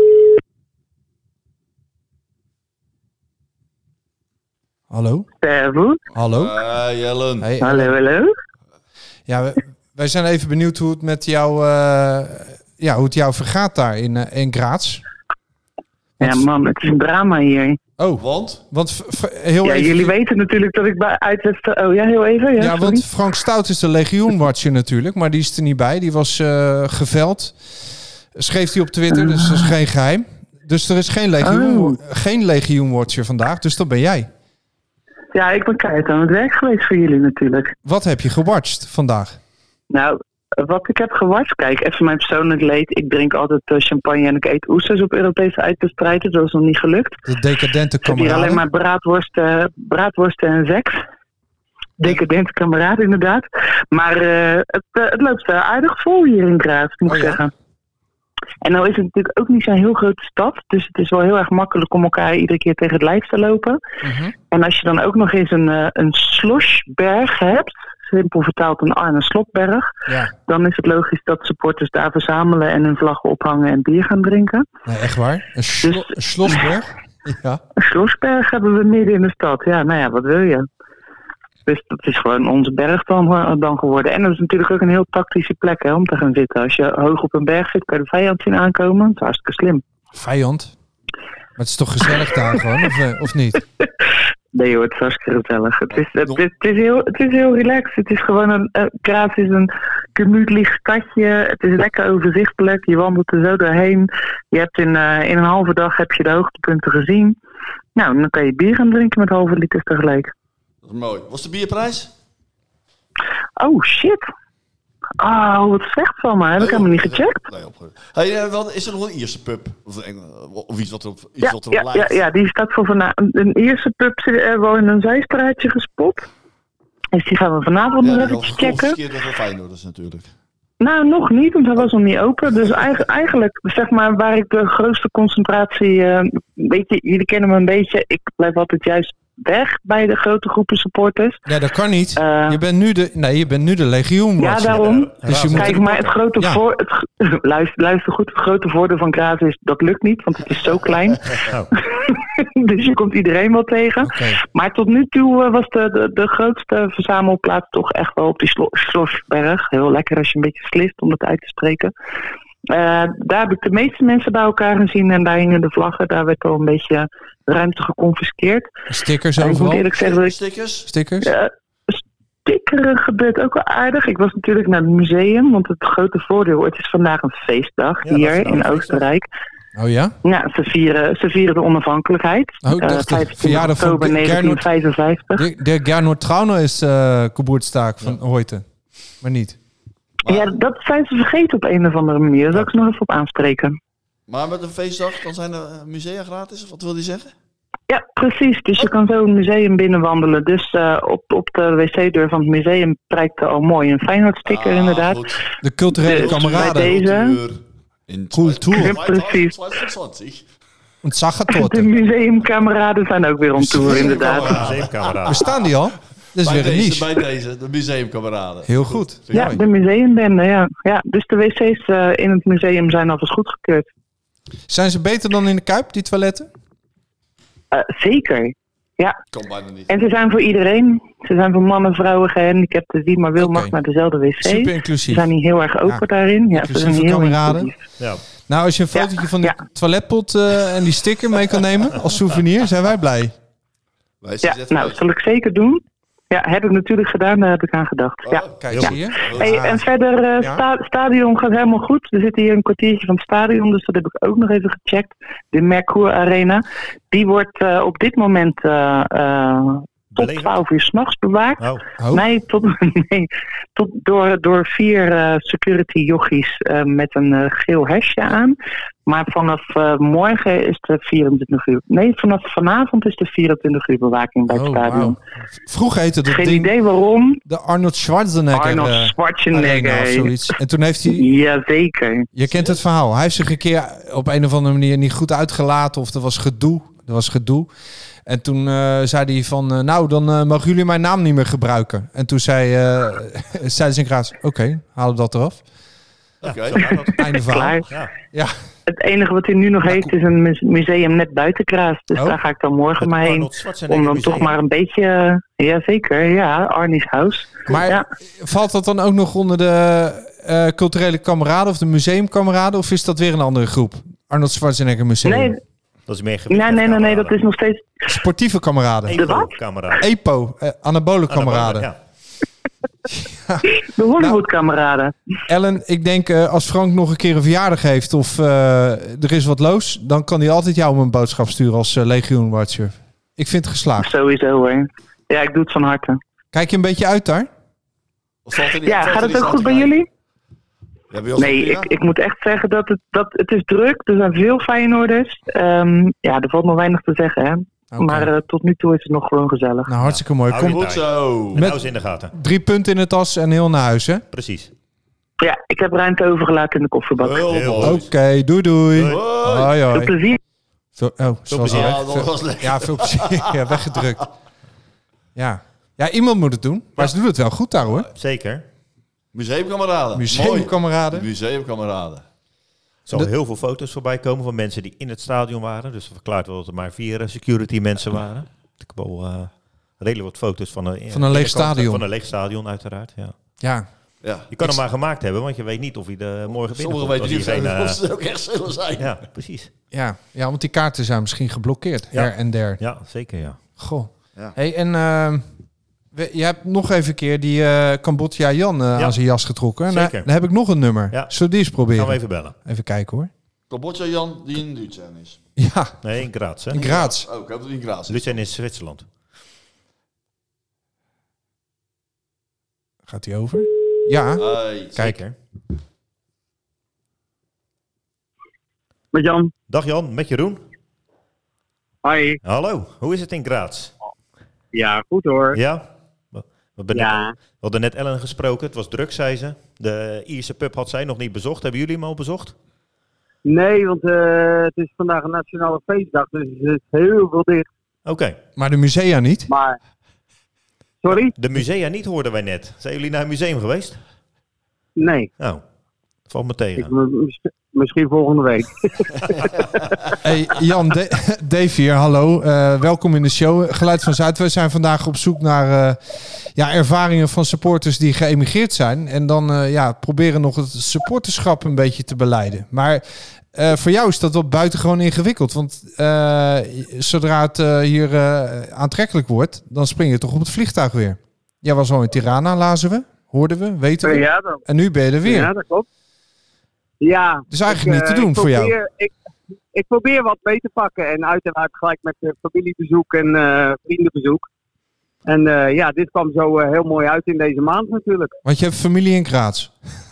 Hallo? Servus. Hallo? Hi, Ellen. Hey, hallo, hallo. Ja, we, wij zijn even benieuwd hoe het met jou, uh, ja, hoe het jou vergaat daar in, uh, in Graz. Ja, man, het is een drama hier. Oh, want? Want v- v- heel ja, even... jullie weten natuurlijk dat ik bij uitwedstrijd... Oh ja, heel even. Ja, ja sorry. want Frank Stout is de legioenwatcher natuurlijk, maar die is er niet bij. Die was uh, geveld. Schreef hij op Twitter, dus dat is geen geheim. Dus er is geen legioen, oh. geen legioenwatcher vandaag, dus dat ben jij. Ja, ik ben keihard aan het werk geweest voor jullie natuurlijk. Wat heb je gewatcht vandaag? Nou, wat ik heb gewatcht, kijk, even mijn persoonlijk leed. Ik drink altijd uh, champagne en ik eet oesters op Europese uitwedstrijden. Dat is nog niet gelukt. De decadente kameraden. Ik heb hier alleen maar braadworsten, braadworsten en seks. Decadente kameraad, inderdaad. Maar uh, het, uh, het loopt uh, aardig vol hier in Graz, moet ik oh, ja? zeggen. En nou is het natuurlijk ook niet zo'n heel grote stad. Dus het is wel heel erg makkelijk om elkaar iedere keer tegen het lijf te lopen. Uh-huh. En als je dan ook nog eens een, uh, een sloshberg hebt, simpel vertaald een Arne Slotberg, ja. dan is het logisch dat supporters daar verzamelen en hun vlaggen ophangen en bier gaan drinken. Nee, echt waar? Een, slo- dus, een Slosberg? Ja. Een Slosberg hebben we midden in de stad. Ja, nou ja, wat wil je? Dus dat is gewoon onze berg dan, dan geworden. En dat is natuurlijk ook een heel tactische plek hè, om te gaan zitten. Als je hoog op een berg zit, kan je de vijand zien aankomen. Dat is hartstikke slim. Vijand? Maar het is toch gezellig daar gewoon, of, of niet? Nee hoor, het is hartstikke gezellig. Het is, het, is, het, is heel, het is heel relaxed. Het is gewoon een... Uh, Graz is een gemütlich stadje. Het is lekker overzichtelijk. Je wandelt er zo doorheen. Je hebt in, uh, in een halve dag heb je de hoogtepunten gezien. Nou, dan kan je bier gaan drinken met halve liters tegelijk. Dat is mooi. Wat is de bierprijs? Oh, shit. Oh, wat slecht van me. Heb ik helemaal niet gecheckt. Nee, hey, uh, is er nog een Ierse pub? Of, of iets wat erop, iets ja, wat erop ja, lijkt? Ja, ja, die staat voor vanavond. Een Ierse pub zit er wel in een zijstraatje gespot. Dus die gaan we vanavond ja, nog even checken. Ja, dat is wel Feyenoorders natuurlijk. Nou, nog niet, want hij was nog niet open. Dus eigenlijk, eigenlijk zeg maar, waar ik de grootste concentratie... Uh, weet je, jullie kennen me een beetje. Ik blijf altijd juist weg bij de grote groepen supporters. Ja, dat kan niet. Uh, je bent nu de, nee, je bent nu de legioen. Ja, daarom. Dus je Kijk, moet... maar het grote ja. voor, het, luister, luister goed, het grote voordeel van Graz is, dat lukt niet, want het is zo klein. Oh. Dus je komt iedereen wel tegen. Okay. Maar tot nu toe uh, was de, de, de grootste verzamelplaats toch echt wel op die Slo- Schlossberg. Heel lekker als je een beetje slist om het uit te spreken. Uh, daar heb ik de meeste mensen bij elkaar gezien en daar hingen de vlaggen. Daar werd al een beetje ruimte geconfiskeerd. Stickers overal? overal? Ik moet eerlijk zeggen dat ik, Stickers? Stickers? Uh, stickeren gebeurt ook wel aardig. Ik was natuurlijk naar het museum, want het grote voordeel, het is vandaag een feestdag ja, hier in Oostenrijk. Oh ja? Ja, ze vieren, ze vieren de onafhankelijkheid. Oh, ik dacht uh, vijfentwintig oktober negentien vijfenvijftig. De, de Gernot Trauner is uh, Geburtstag van ja. heute. Maar niet. Maar, ja, dat zijn ze vergeten op een of andere manier. Daar zal ik ze nog even op aanspreken. Maar met een feestdag, dan zijn er musea gratis? Wat wil die zeggen? Ja, precies. Dus je kan zo een museum binnenwandelen. Dus uh, op, op de wc-deur van het museum prijkt er al mooi een Feyenoord-sticker ah, inderdaad. Goed. De culturele dus kameraden. Bij deze... In Cultuur. Ja, precies. En Zagatoorten. De museumkameraden zijn ook weer on tour, inderdaad. Museumkameraden. Bestaan die al? Dat is bij weer een deze, niche. Bij deze, de museumkameraden. Heel goed. Ja, mooi. De museumbende, ja. ja. Dus de wc's uh, in het museum zijn alvast goedgekeurd. Zijn ze beter dan in de Kuip, die toiletten? Uh, zeker, ja. Kan bijna niet. En ze zijn voor iedereen. Ze zijn voor mannen, vrouwen, gehandicapten, die maar wil okay. mag naar dezelfde wc. Super inclusief. Ze zijn niet heel erg open ja. daarin. Ja, ze zijn heel kameraden. Ja. Nou, als je een fotootje ja. van de ja. toiletpot uh, en die sticker mee kan nemen als souvenir, zijn wij blij. Wij ja, nou, dat zal ik zeker doen. Ja, heb ik natuurlijk gedaan, daar heb ik aan gedacht. Oh, ja. Kijk, ja. zie je? Hey, en verder, uh, ja. sta- stadion gaat helemaal goed. We zitten hier een kwartiertje van het stadion, dus dat heb ik ook nog even gecheckt. De Mercure Arena, die wordt uh, op dit moment uh, uh, tot twaalf uur 's nachts bewaakt. Oh. Oh. Nee, tot, nee tot, door, door vier uh, security jochies uh, met een uh, geel hesje aan. Maar vanaf uh, morgen is de vierentwintig uur... Nee, vanaf vanavond is de vierentwintig uur bewaking bij het oh, stadion. Wow. Vroeger heette dat Geen ding... idee waarom. De Arnold Schwarzenegger. Arnold Schwarzenegger. Arena of zoiets. En toen heeft hij... Jazeker. Je kent het verhaal. Hij heeft zich een keer op een of andere manier niet goed uitgelaten. Of er was gedoe. Er was gedoe. En toen uh, zei hij van... Uh, nou, dan uh, mogen jullie mijn naam niet meer gebruiken. En toen zei, uh, zei Sint-Kraas... Oké, okay, halen we dat eraf. Oké. Okay. Einde verhaal. Ja. Ja. Het enige wat hij nu nog heeft is een museum net buiten Kraas. Dus oh. daar ga ik dan morgen het maar heen. Om dan museum. toch maar een beetje... Uh, Jazeker, ja. Arnie's House. Maar ja. valt dat dan ook nog onder de uh, culturele kameraden of de museumkameraden? Of is dat weer een andere groep? Arnold Schwarzenegger Museum? Nee. Dat is meer nee, nee, nee, nee, dat is nog steeds... Sportieve kameraden. De wat? Kameraden. E P O, uh, anabole kameraden. Ja. Ja. De Hollywood-kameraden. Nou, Ellen, ik denk uh, als Frank nog een keer een verjaardag heeft of uh, er is wat los, dan kan hij altijd jou een boodschap sturen als uh, Legioen Watcher. Ik vind het geslaagd. Sowieso hoor. Ja, ik doe het van harte. Kijk je een beetje uit daar? Die, ja, gaat het ook goed bij jullie? Ja, bij nee, ik, ik moet echt zeggen dat het, dat het is druk. Er zijn veel Feyenoorders. Um, ja, er valt nog weinig te zeggen, hè. Okay. Maar uh, tot nu toe is het nog gewoon gezellig. Nou, hartstikke ja. mooi. Kom goed zo. Met in de gaten. Drie punten in de tas en heel naar huis, hè? Precies. Ja, ik heb ruimte overgelaten in de kofferbak. Oké, okay, doei doei. Hoi. Hoi, hoi. Veel plezier. Veel, oh, veel plezier. Ah, dat was lekker. Ja, veel plezier. Ja, weggedrukt. Ja. Ja, iemand moet het doen. Maar ja. ze doen het wel goed daar, hoor. Zeker. Museumkameraden. Museumkameraden. Museumkameraden. Er zullen heel veel foto's voorbij komen van mensen die in het stadion waren. Dus dat verklaart wel dat er maar vier security mensen waren. Ik heb al uh, redelijk wat foto's van een, van een leeg stadion. Van een leeg stadion, uiteraard. Ja. Ja. Ja. Je kan hem maar gemaakt hebben, want je weet niet of hij de morgen binnenkomt. Sommigen weten niet geen, of ze ook echt zullen zijn. Ja, precies. Ja. ja, want die kaarten zijn misschien geblokkeerd, ja. her en der. Ja, zeker ja. Goh. Ja. Hey, en uh, we, je hebt nog even een keer die uh, Cambodja Jan uh, Ja. aan zijn jas getrokken. En Zeker. dan, dan heb ik nog een nummer. Ja. Zullen we die eens proberen? Gaan we even bellen. Even kijken hoor. Cambodja Jan, die in Luzern is. Ja, Nee, in Graz. Hè? in Graz. Oh, ik hoop dat hij in Graz is. Luzern is Zwitserland. Gaat hij over? Ja, Hey, kijk. Zeker. Met Jan. Dag Jan, met Jeroen. Hoi. Hallo, hoe is het in Graz? Ja, goed hoor. Ja? We, we, ben Ja. net- we hadden net Ellen gesproken, het was druk, zei ze. De Ierse pub had zij nog niet bezocht. Hebben jullie hem al bezocht? Nee, want uh, het is vandaag een nationale feestdag, dus het is heel veel dicht. Oké. Maar de musea niet? Maar, sorry? De musea niet, hoorden wij net. Zijn jullie naar een museum geweest? Nee. Nou, valt me Ik, tegen. m- mis- misschien volgende week. Hey, Jan, D- Dave hier, hallo. Uh, welkom in de show. Geluid van Zuid. We zijn vandaag op zoek naar uh, ja, ervaringen van supporters die geëmigreerd zijn. En dan uh, ja, proberen nog het supporterschap een beetje te beleiden. Maar uh, voor jou is dat wel buitengewoon ingewikkeld. Want uh, zodra het uh, hier uh, aantrekkelijk wordt, dan spring je toch op het vliegtuig weer. Jij was al in Tirana, lazen we. Hoorden we, weten we. Ja, dat, En nu ben je er weer. ja, dat klopt. Ja. Dus eigenlijk ik, niet te uh, doen ik voor jou. probeer, Ik, ik probeer wat mee te pakken en uiteraard gelijk met uh, familiebezoek en uh, vriendenbezoek. En uh, ja, dit kwam zo uh, heel mooi uit in deze maand natuurlijk. Want je hebt familie in Graz.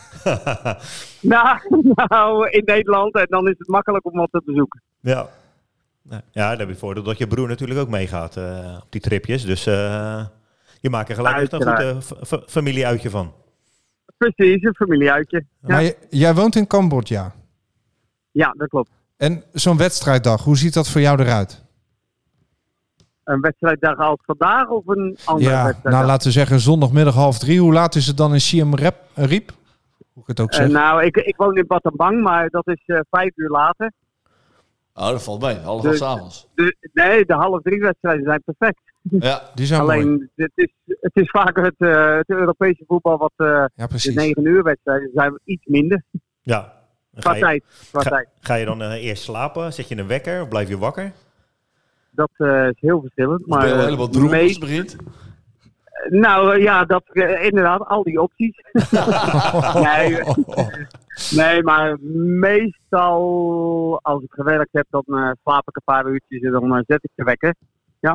Nou, nou, in Nederland en dan is het makkelijk om wat te bezoeken. Ja. Ja, dan heb je voordeel dat je broer natuurlijk ook meegaat uh, op die tripjes. Dus uh, je maakt er gelijk echt een goed uh, f- f- familieuitje van. Precies, een familieuitje. Ja. Maar j- jij woont in Cambodja. Ja, dat klopt. En zo'n wedstrijddag, hoe ziet dat voor jou eruit? Een wedstrijddag als vandaag of een andere Ja, wedstrijd? nou laten we zeggen zondagmiddag half drie. Hoe laat is het dan in Siem Reap? Reap? Hoe ik het ook Uh, zeg. nou, ik, ik woon in Battambang, maar dat is uh, vijf uur later. Oh, dat valt mee. Half Dus- acht 's avonds. De, nee, de half drie wedstrijden zijn perfect. Ja. Die zijn mooi. Alleen, het is, het is vaker het, uh, het Europese voetbal wat uh, Ja, de precies. negen uur wedstrijden zijn iets minder. Ja. En Qua Ga je, tijd. Qua ga, tijd. ga je dan uh, eerst slapen? Zet je een wekker? Of blijf je wakker? Dat uh, is heel verschillend. Maar Maar ben je uh, helemaal droom als meest- het begint. Nou uh, ja, dat, uh, inderdaad, al die opties. nee, nee, maar meestal als ik gewerkt heb, dan uh, slaap ik een paar uurtjes en dan uh, zet ik de wekker. Ja,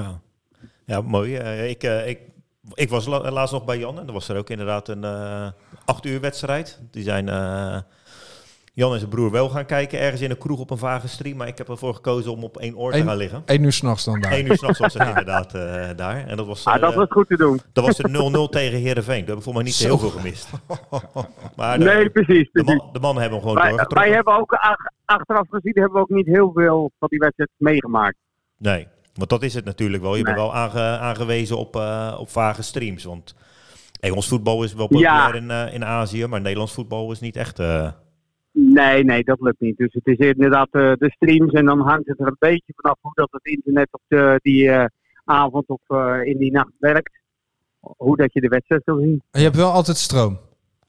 ja mooi. Uh, ik, uh, ik, ik was la- laatst nog bij Jan en er was er ook inderdaad een uh, acht uur wedstrijd. Die zijn uh, Jan en zijn broer wel gaan kijken ergens in een kroeg op een vage stream. Maar ik heb ervoor gekozen om op één oor te Eén- gaan liggen. Eén uur s'nachts dan daar. Eén uur s'nachts was het inderdaad uh, daar. En dat was, uh, Ah, dat was goed te doen. dat was de nul nul tegen Heerenveen. Daar heb ik voor mij niet zo heel veel gemist. Maar de, Nee, precies. de, precies. man, de mannen hebben hem gewoon Wij, doorgetrokken. wij hebben ook ach- achteraf gezien hebben we ook niet heel veel van die wedstrijd meegemaakt. Nee, want dat is het natuurlijk wel. Je bent Nee. wel aange, aangewezen op, uh, op vage streams. Want Engels voetbal is wel populair Ja. in, uh, in Azië, maar Nederlands voetbal is niet echt... Uh, Nee, nee, dat lukt niet. Dus het is inderdaad uh, de streams en dan hangt het er een beetje vanaf hoe dat het internet op de, die uh, avond of uh, in die nacht werkt. Hoe dat je de wedstrijd wil zien. En je hebt wel altijd stroom.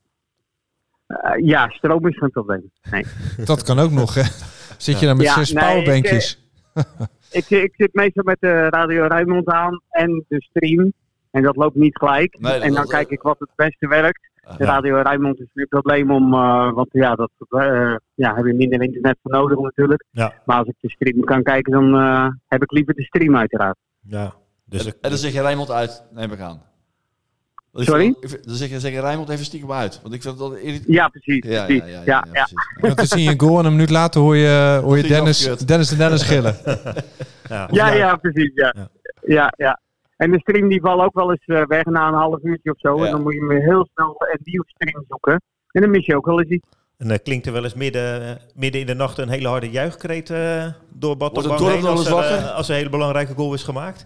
Uh, ja, stroom is geen probleem. Nee. Dat kan ook nog, hè? Zit je dan met Ja, zes nee, powerbankjes? ik, ik zit meestal met de Radio Rijnmond aan en de stream. En dat loopt niet gelijk. Nee, dat- en dan dat- kijk ik wat het beste werkt. De Ja. Radio Rijnmond is weer een probleem om, uh, want ja, dat uh, ja, heb je minder internet voor nodig natuurlijk. ja, Maar als ik de stream kan kijken, dan uh, heb ik liever de stream uiteraard. ja. Dus En, en dan zeg je Rijnmond uit, neem ik aan. Dat is Sorry? wel- Dan zeg je, zeg je Rijnmond even stiekem uit. Want ik vind dat irrit- Ja, precies. Ja, ja, precies. ja, ja, ja, ja, ja. precies. Want dan zie je een goal en een minuut later hoor je, hoor je Dat is Dennis, afgekeurd. Dennis en Dennis gillen. ja. Ja, ja, precies. Ja. Ja. Ja. Ja, En de stream die valt ook wel eens uh, weg na een half uurtje of zo. Ja. En dan moet je weer heel snel een nieuwe stream zoeken. En dan mis je ook wel eens iets. En dan klinkt er wel eens midden, uh, midden in de nacht een hele harde juichkreet uh, door Wordt Battambang het dorp heen wel als, eens er, wakker? uh, als een hele belangrijke goal is gemaakt.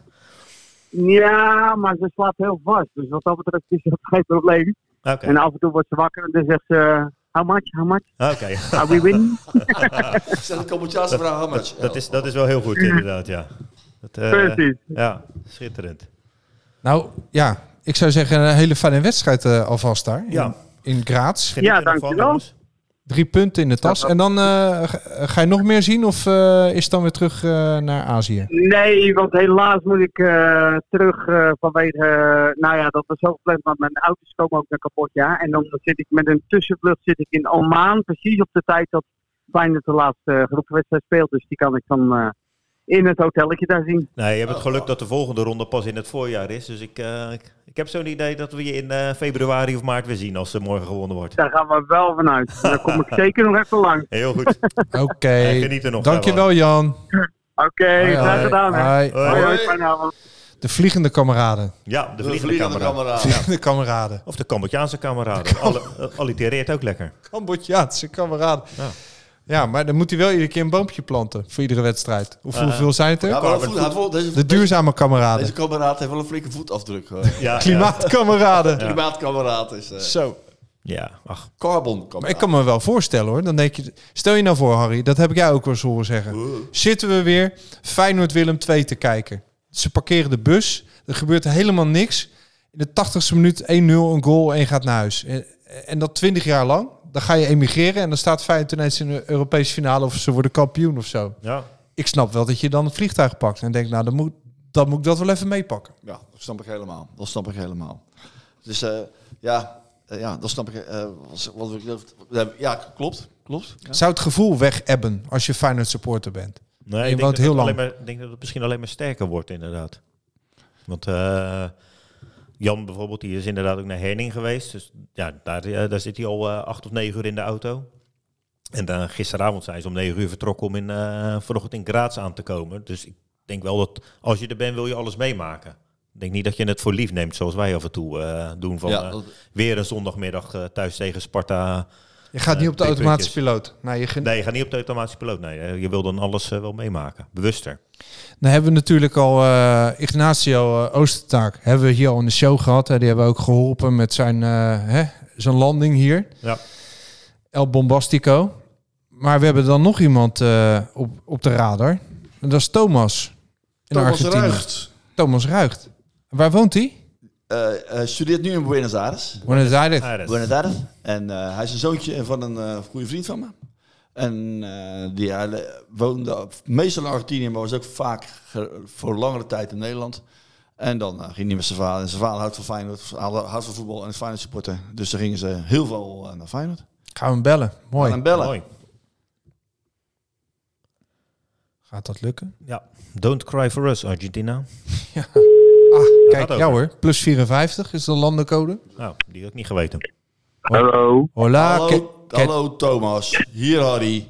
Ja, maar ze slaapt heel vast. Dus wat dat betreft is dat geen probleem. Oké, En af en toe wordt ze wakker en dan zegt ze... uh, how much, how much? Oké. Are we winning? Zeg de Cambodjaanse vraag, how much? dat, is, dat is wel heel goed inderdaad, ja. Dat, uh, Precies. Ja, schitterend. Nou, ja, ik zou zeggen een hele fijne wedstrijd uh, alvast daar. Ja. In, in Graz. Geniet Ja, er nog van, dankjewel. jongens. Drie punten in de tas. En dan uh, ga je nog meer zien of uh, is het dan weer terug uh, naar Azië? Nee, want helaas moet ik uh, terug uh, vanwege... Uh, nou ja, dat was zo gepland, want mijn auto's komen ook naar kapot, ja. En dan zit ik met een tussenvlucht zit ik in Oman, precies op de tijd dat Feyenoord de laatste uh, groepswedstrijd speelt. Dus die kan ik dan... Uh, in het hotelletje daar zien. Nee, je hebt het geluk dat de volgende ronde pas in het voorjaar is. Dus ik, uh, ik, ik heb zo'n idee dat we je in uh, februari of maart weer zien als er morgen gewonnen wordt. Daar gaan we wel vanuit. Daar kom ik zeker nog even lang. Heel goed. Oké. Okay. Geniet er nog. Dankjewel Jan. Oké, okay, graag gedaan. Hoi. Hoi. Hoi. Hoi. Fijne avond. De vliegende kameraden. Ja, de vliegende, de vliegende kameraden. kameraden. Vliegende kameraden. Of de Cambodjaanse kameraden. Alle, allitereert ook lekker. Cambodjaanse kameraden. Ja. Ja, maar dan moet hij wel iedere keer een boompje planten voor iedere wedstrijd. Of uh, hoeveel zijn het er? Ja, maar voet, hij voelt, deze, de duurzame kameraden. Deze kameraad heeft wel een flinke voetafdruk. Ja, klimaatkameraden. Ja. Klimaatkameraad is... Uh, Zo. Ja, ach. Carbon. Maar ik kan me wel voorstellen hoor. Dan denk je, stel je nou voor Harry, dat heb ik jou ook wel eens horen zeggen. Uh. Zitten we weer Feyenoord-Willem twee te kijken. Ze parkeren de bus. Er gebeurt helemaal niks. In de tachtigste minuut één nul, een goal en je gaat naar huis. En, en dat twintig jaar lang. Dan ga je emigreren en dan staat Feyenoord ineens in de Europese finale of ze worden kampioen of zo. Ja. Ik snap wel dat je dan het vliegtuig pakt en denkt, nou dan moet, dan moet ik dat wel even meepakken. Ja, dat snap ik helemaal. Dat snap ik helemaal. Dus uh, ja, uh, ja, dat snap ik. Uh, wat, wat, ja, klopt, klopt. Ja. Zou het gevoel weg ebben als je Feyenoord supporter bent? Nee, ik denk, heel lang. Maar, ik denk dat het misschien alleen maar sterker wordt inderdaad. Want uh, Jan bijvoorbeeld, die is inderdaad ook naar Herning geweest. Dus ja, daar, uh, daar zit hij al uh, acht of negen uur in de auto. En dan uh, gisteravond zijn ze om negen uur vertrokken om in, uh, vanochtend in Graz aan te komen. Dus ik denk wel dat als je er bent, wil je alles meemaken. Ik denk niet dat je het voor lief neemt, zoals wij af en toe uh, doen. Van ja, uh, weer een zondagmiddag uh, thuis tegen Sparta. Je gaat uh, niet op de automatische piloot. Nee je, gen- nee, je gaat niet op de automatische piloot. Nee, je wil dan alles uh, wel meemaken. Bewuster. Dan hebben we natuurlijk al uh, Ignacio uh, Oostertaak. Hebben we hier al in de show gehad. Hè. Die hebben we ook geholpen met zijn, uh, hè, zijn landing hier. Ja. El Bombastico. Maar we hebben dan nog iemand uh, op, op de radar. En dat is Thomas. In Thomas Argentinië. Ruigt. Thomas Ruigt. Waar woont hij? Uh, uh, studeert nu in Buenos Aires. Buenos Aires. Buenos Aires. En uh, hij is een zoontje van een uh, goede vriend van me. En uh, die hij woonde meestal in Argentinië, maar was ook vaak ge- voor langere tijd in Nederland. En dan uh, ging hij met zijn vader. En zijn vader houdt van Feyenoord, houdt van voetbal en is Feyenoord supporter. Dus dan gingen ze heel veel uh, naar Feyenoord. Gaan we hem bellen. Mooi. Gaan hem bellen. Mooi. Gaat dat lukken? Ja. Don't cry for us, Argentina. Ja. Ah, kijk, jou hoor. Plus vierenvijftig is de landencode. Nou, die had ik niet geweten. Hallo. Hola. Hallo, Ke- hallo Thomas. Hier Harry.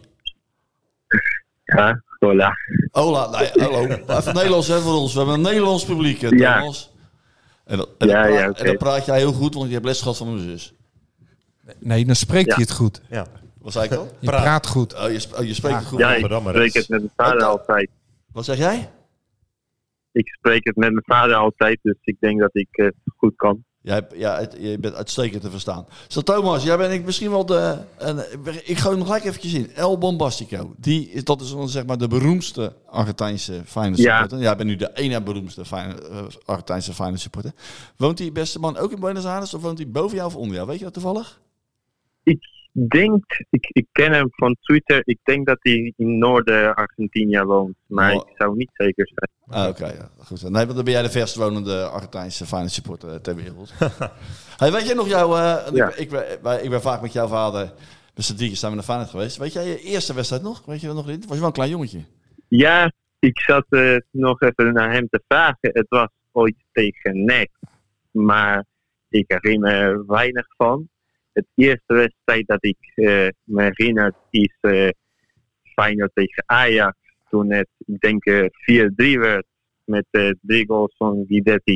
Ja, hola. Hola. Nee, hallo. Even Nederlands hè, voor ons. We hebben een Nederlands publiek, hè, Thomas. Ja. En, dat, en, ja, dan praat, ja, okay. en dan praat jij heel goed, want je hebt les gehad van mijn zus. Nee, dan spreekt ja. hij het goed. Ja. Wat zei ik dan? Je praat, praat goed. Oh, je, sp- oh, je spreekt ja. het goed. Ja, ik spreek het met mijn vader okay. altijd. Wat zeg jij? Ik spreek het met mijn vader altijd, dus ik denk dat ik het goed kan. Jij, ja, het, je bent uitstekend te verstaan. Zo Thomas, jij bent ik misschien wel de... En, ik ga er nog gelijk eventjes in. El Bombastico. Die is, dat is zeg maar de beroemdste Argentijnse Feyenoord supporter. Ja. Jij bent nu de ene beroemdste Feyenoord, uh, Argentijnse Feyenoord supporter. Woont die beste man ook in Buenos Aires of woont hij boven jou of onder jou? Weet je dat toevallig? Ik denk, ik, ik ken hem van Twitter. Ik denk dat hij in noorden Argentinië woont. Maar oh. ik zou niet zeker zijn. Ah, Oké, okay, ja, goed. Nee, want dan ben jij de verst wonende Argentijnse Feyenoord supporter ter wereld. Hey, weet jij nog jouw... Uh, ja. ik, ik, ben, ik ben vaak met jouw vader... Met z'n drieën zijn we naar Feyenoord geweest. Weet jij je eerste wedstrijd nog? Weet je dat nog niet? Was je wel een klein jongetje? Ja, ik zat uh, nog even naar hem te vragen. Het was ooit tegen N E C. Maar ik herinner er weinig van. Het eerste wedstrijd dat ik uh, me herinner is uh, Feyenoord tegen Ajax. Toen het, ik denk, uh, vier drie werd met uh, drie goals van Guidetti.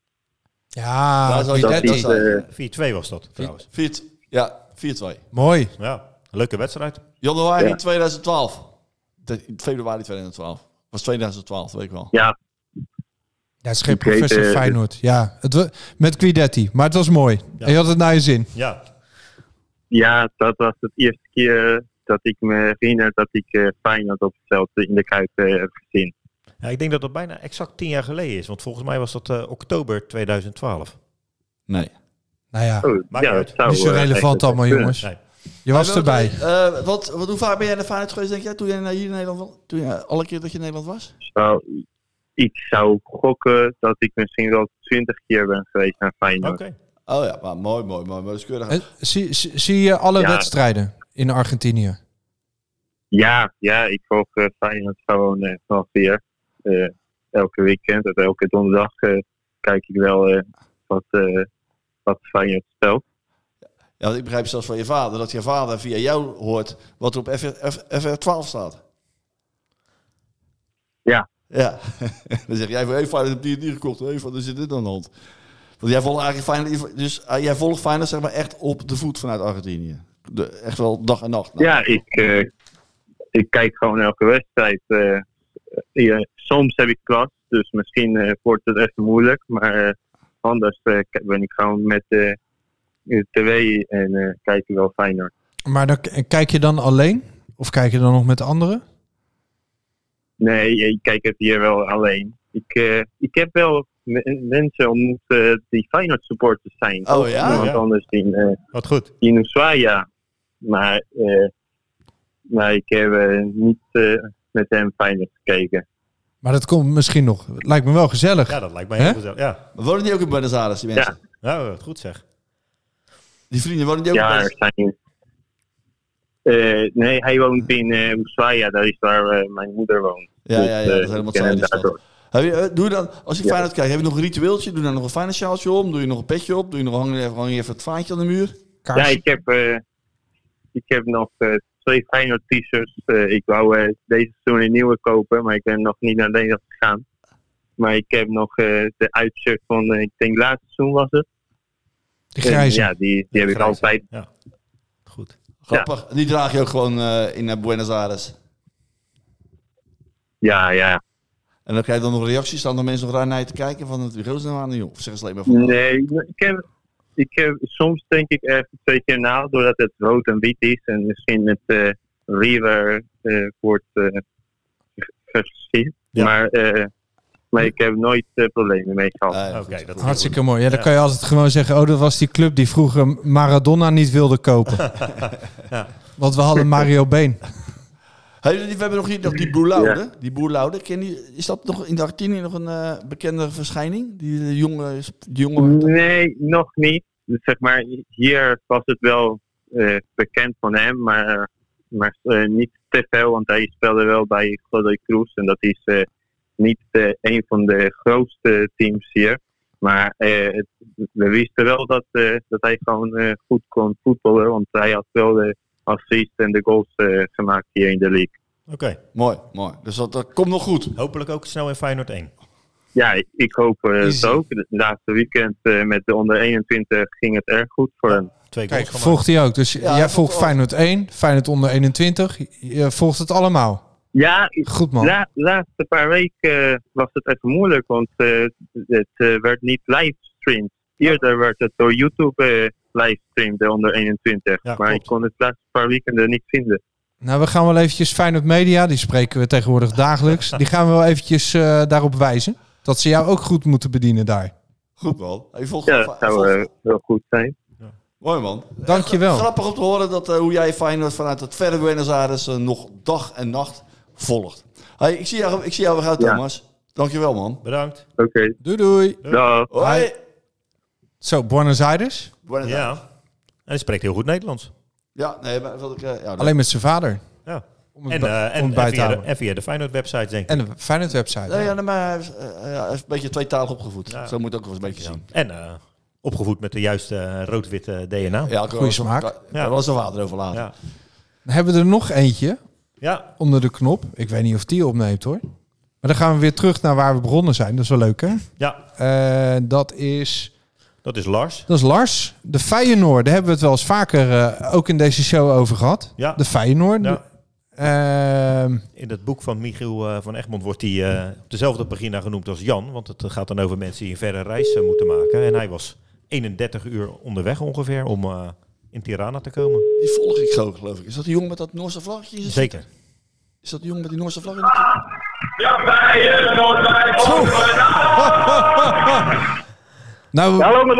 Ja, dat Guidetti. Is, uh, vier twee was dat trouwens. vier, ja, vier twee. Mooi. Ja, leuke wedstrijd. Januari ja. tweeduizend twaalf. De, februari tweeduizend twaalf. Was tweeduizend twaalf, weet ik wel. Ja. Ja, het is geen professor uh, Feyenoord. Ja, het w- met Guidetti. Maar het was mooi. Ja. En je had het naar je zin. Ja. Ja, dat was het eerste keer dat ik me herinner dat ik uh, Feyenoord op het veld in de Kuip uh, heb gezien. Ja, ik denk dat dat bijna exact tien jaar geleden is. Want volgens mij was dat uh, oktober tweeduizend twaalf. Nee. Nou ja, oh, ja het zou, niet zo relevant uh, allemaal, jongens. Nee. Je was Maar erbij. Uh, wat, wat, hoe vaak ben jij naar Feyenoord geweest, denk jij, toen jij hier in Nederland, toen je, alle keer dat je in Nederland was? Zo, ik zou gokken dat ik misschien wel twintig keer ben geweest naar Feyenoord. Oké. Okay. Oh ja, maar mooi, mooi, mooi. mooi. Dus en, zie, zie, zie je alle ja. wedstrijden in Argentinië? Ja, ja, ik volg uh, Feyenoord gewoon uh, vanaf weer. Uh, elke weekend, elke donderdag uh, kijk ik wel uh, wat, uh, wat Feyenoord speelt. Ja, want ik begrijp zelfs van je vader, dat je vader via jou hoort wat er op F R twaalf staat. Ja. Ja. Dan zeg jij van, hey, Feyenoord heb die niet gekocht. Hey, wat is dit aan de hand? Want jij volgt eigenlijk Feyenoord, dus uh, jij volgt Feyenoord zeg maar echt op de voet vanuit Argentinië. De, echt wel dag en nacht. Nou. Ja, ik, uh, ik kijk gewoon elke wedstrijd. Uh, uh, soms heb ik klas, dus misschien uh, wordt het even moeilijk. Maar uh, anders uh, ben ik gewoon met uh, de tv en uh, kijk ik wel Feyenoord. Maar dan, kijk je dan alleen? Of kijk je dan nog met anderen? Nee, ik kijk het hier wel alleen. Ik, uh, ik heb wel m- mensen ontmoet uh, die Feyenoord supporters zijn. Oh ja? Iemand ja. anders in, uh, Wat goed. in Ushuaia. Maar, uh, maar ik heb uh, niet uh, met hem Feyenoord gekeken. Maar dat komt misschien nog. Het lijkt me wel gezellig. Ja, dat lijkt me heel Hè? gezellig. Ja. Maar wonen die ook in Buenos Aires, die mensen? Ja. Nou, wat goed zeg. Die vrienden wonen die ook Ja, in er Buenos zijn... Uh, nee, hij woont in uh, Ushuaia. Dat is waar uh, mijn moeder woont. Ja, dus, ja, ja, dat is uh, helemaal ik ken hem hetzelfde daardoor. Heb je, doe je dan, als je Ja. Feyenoord kijkt, heb je nog een ritueeltje? Doe je dan nog een Feyenoord sjaaltje om? Doe je nog een petje op? Doe je nog hang je even, hang je even het vaantje aan de muur? Kaars. Ja, ik heb, uh, ik heb nog uh, twee Feyenoord t-shirts. Uh, ik wou uh, deze seizoen een nieuwe kopen, maar ik ben nog niet naar Nederland gegaan. Maar ik heb nog uh, de uitshirt van, uh, ik denk laatste seizoen was het. Die grijze. En, ja, die, die heb ik Grijze. altijd. Ja, goed. Grappig. Die draag je ook gewoon uh, in uh, Buenos Aires. Ja, ja. En dan krijg je dan nog reacties, staan er mensen nog raar naar je te kijken van het goos nou aan de joh. Of zeggen ze alleen maar van... Nee, ik heb, ik heb, soms denk ik even twee keer na, doordat het rood en wit is. En misschien met uh, River uh, wordt uh, verschiet. Ja. Maar, uh, maar ik heb nooit uh, problemen mee gehad. Uh, Oké, okay, dat is Hartstikke mooi. Ja, dan Ja. kan je altijd gewoon zeggen... oh, dat was die club die vroeger Maradona niet wilde kopen. Ja. Want we hadden Mario Been. Hey, we hebben nog, hier, nog die Boerlaude. Ja. Die Boerlaude. Ken die, is dat nog in de Argentinië nog een uh, bekende verschijning? Die uh, jonge... Die jonge... Nee, nog niet. Dus zeg maar, hier was het wel uh, bekend van hem, maar, maar uh, niet te veel, want hij speelde wel bij Godoy Cruz en dat is uh, niet uh, een van de grootste teams hier. Maar uh, het, we wisten wel dat, uh, dat hij gewoon uh, goed kon voetballen, want hij had wel de assists en de goals uh, gemaakt hier in de league. Oké. Okay. Mooi, mooi. Dus dat, dat komt nog goed. Hopelijk ook snel in Feyenoord één. Ja, ik, ik hoop uh, het ook. Het laatste weekend uh, met de onder eenentwintig ging het erg goed voor hem. Twee Kijk, goals volgt hij ook. Dus Ja, jij volgt volgt ook. Feyenoord één, Feyenoord onder eenentwintig. Je volgt het allemaal. Ja, Goed, man. de laatste paar weken uh, was het even moeilijk, want uh, het uh, werd niet livestreamd. Eerder werd het door YouTube uh, livestreamd, de onder eenentwintig. Ja, maar klopt. ik kon het laatste paar weekenden niet vinden. Nou, we gaan wel eventjes Feyenoord Media, die spreken we tegenwoordig dagelijks. Die gaan we wel eventjes uh, daarop wijzen. Dat ze jou ook goed moeten bedienen daar. Goed man. Hey, volg, Ja, dat zou uh, wel goed zijn. Mooi man. Dankjewel. Echt grappig om te horen dat, uh, hoe jij Feyenoord vanuit het verre Buenos Aires uh, nog dag en nacht volgt. Hey, ik zie jou, ik zie jou weer uit, Ja. Thomas. Dankjewel man. Bedankt. Oké, okay. Doei doei. dag. Hoi. Hi. Zo, Buenos Aires. Buenos Ja. Aires. En hij spreekt heel goed Nederlands. Ja, nee, maar wat ik... Uh, ja, dat- Alleen met zijn vader. Ja. Om het, En, bij- uh, om en, het bij en, te via de, houden. en via de Feyenoord-website, denk ik. En de Feyenoord website. Nee, ja, nee, maar hij is, uh, ja, hij is een beetje tweetalig opgevoed. Ja. Zo moet het ook wel eens een beetje Ja. zien. En uh, opgevoed met de juiste uh, rood-witte D N A. Ja, Goeie smaak. Daar Ja. was zijn vader over laten. Ja. Dan hebben we er nog eentje Ja. onder de knop. Ik weet niet of die opneemt hoor. Maar dan gaan we weer terug naar waar we begonnen zijn. Dat is wel leuk hè? Ja, Uh, dat is... dat is Lars. Dat is Lars. De Feyenoord. Daar hebben we het wel eens vaker uh, ook in deze show over gehad. Ja. De Feyenoord. Ja. Uh, In het boek van Michiel uh, van Egmond wordt hij uh, op dezelfde pagina genoemd als Jan. Want het gaat dan over mensen die een verre reis uh, moeten maken. En hij was eenendertig uur onderweg ongeveer om uh, in Tirana te komen. Die volg ik zo, geloof ik. Is dat die jongen met dat Noorse vlaggetje? Is Zeker. Is dat die jongen met die Noorse vlag in de... Ja, wij Noord, wij nou, Hallo met Lars.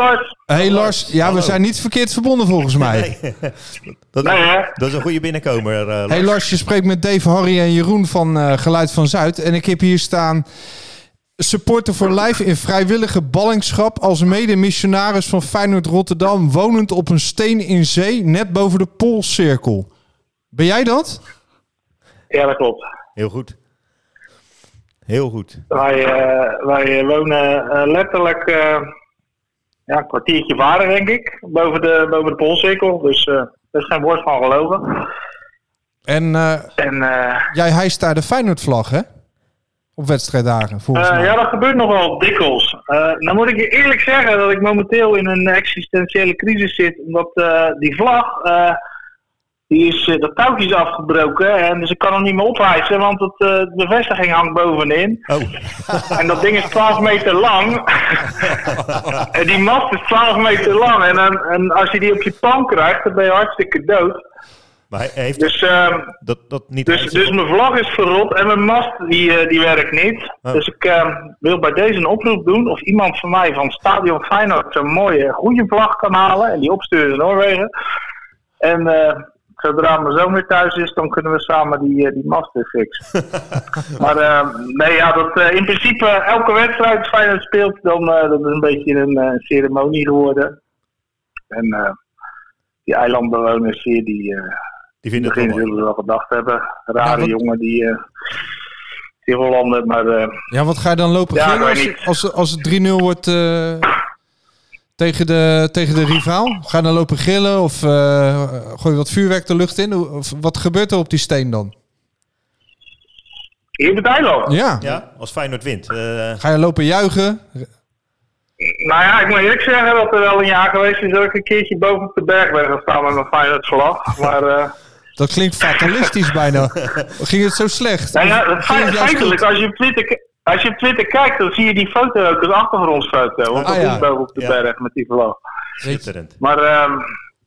Hé hey Lars, ja, we zijn niet verkeerd verbonden volgens mij. Nee. dat, Nee, hè? dat is een goede binnenkomer. Uh, Lars. Hey Lars, je spreekt met Dave, Harry en Jeroen van uh, Geluid van Zuid. En ik heb hier staan... Supporter for Life in vrijwillige ballingschap als mede-missionaris van Feyenoord Rotterdam, wonend op een steen in zee, net boven de Poolcirkel. Ben jij dat? Ja, dat klopt. Heel goed. Heel goed. Wij, uh, wij wonen uh, letterlijk uh, ja, een kwartiertje varen, denk ik, boven de, boven de Poolcirkel. Dus uh, er is geen woord van gelogen. En, uh, en uh, jij hijst daar de Feyenoord-vlag, hè? Op wedstrijddagen, volgens uh, mij. Ja, dat gebeurt nogal dikwijls. Uh, dan moet ik je eerlijk zeggen dat ik momenteel in een existentiële crisis zit. Omdat uh, die vlag, uh, die is, uh, dat touwtje is afgebroken. En dus ik kan hem niet meer ophijsen, want het, uh, de bevestiging hangt bovenin. Oh. En dat ding is twaalf meter lang. En die mast is twaalf meter lang. En, en, en als je die op je pan krijgt, dan ben je hartstikke dood. Maar hij heeft dus, uh, dat, dat niet dus, dus mijn vlag is verrot en mijn mast die, uh, die werkt niet. Oh. Dus ik uh, wil bij deze een oproep doen of iemand van mij van Stadion Feyenoord zo'n mooie goede vlag kan halen en die opsturen in Noorwegen. En uh, zodra mijn zoon weer thuis is, dan kunnen we samen die, uh, die masten fixen. Maar uh, nee, ja, dat uh, in principe elke wedstrijd als Feyenoord speelt, dan uh, dat is een beetje een uh, ceremonie geworden. En uh, die eilandbewoners hier, die... Uh, Die vinden het wel zullen we wel gedacht hebben. Rare ja, wat... jongen die, uh, die Hollander, maar... Uh, ja, wat ga je dan lopen ja, gillen als, als, als het drie nul wordt uh, tegen, de, tegen de rivaal? Ga je dan lopen gillen of uh, gooi je wat vuurwerk de lucht in? Of, wat gebeurt er op die steen dan? Hier op het eiland? Ja. Ja, als Feyenoord wint. Uh... Ga je lopen juichen? Nou ja, ik moet eerlijk zeggen dat er wel een jaar geweest is dat ik een keertje boven op de berg ben gaan staan met mijn Feyenoord vlag. Maar... Uh, Dat klinkt fatalistisch bijna. Ging het zo slecht? Nou ja, feitelijk, als je, op Twitter, als je op Twitter kijkt, dan zie je die foto ook als achtergrondfoto. Want ah, dat ja. is boven op de ja. berg met die vlag. Schitterend. Maar um,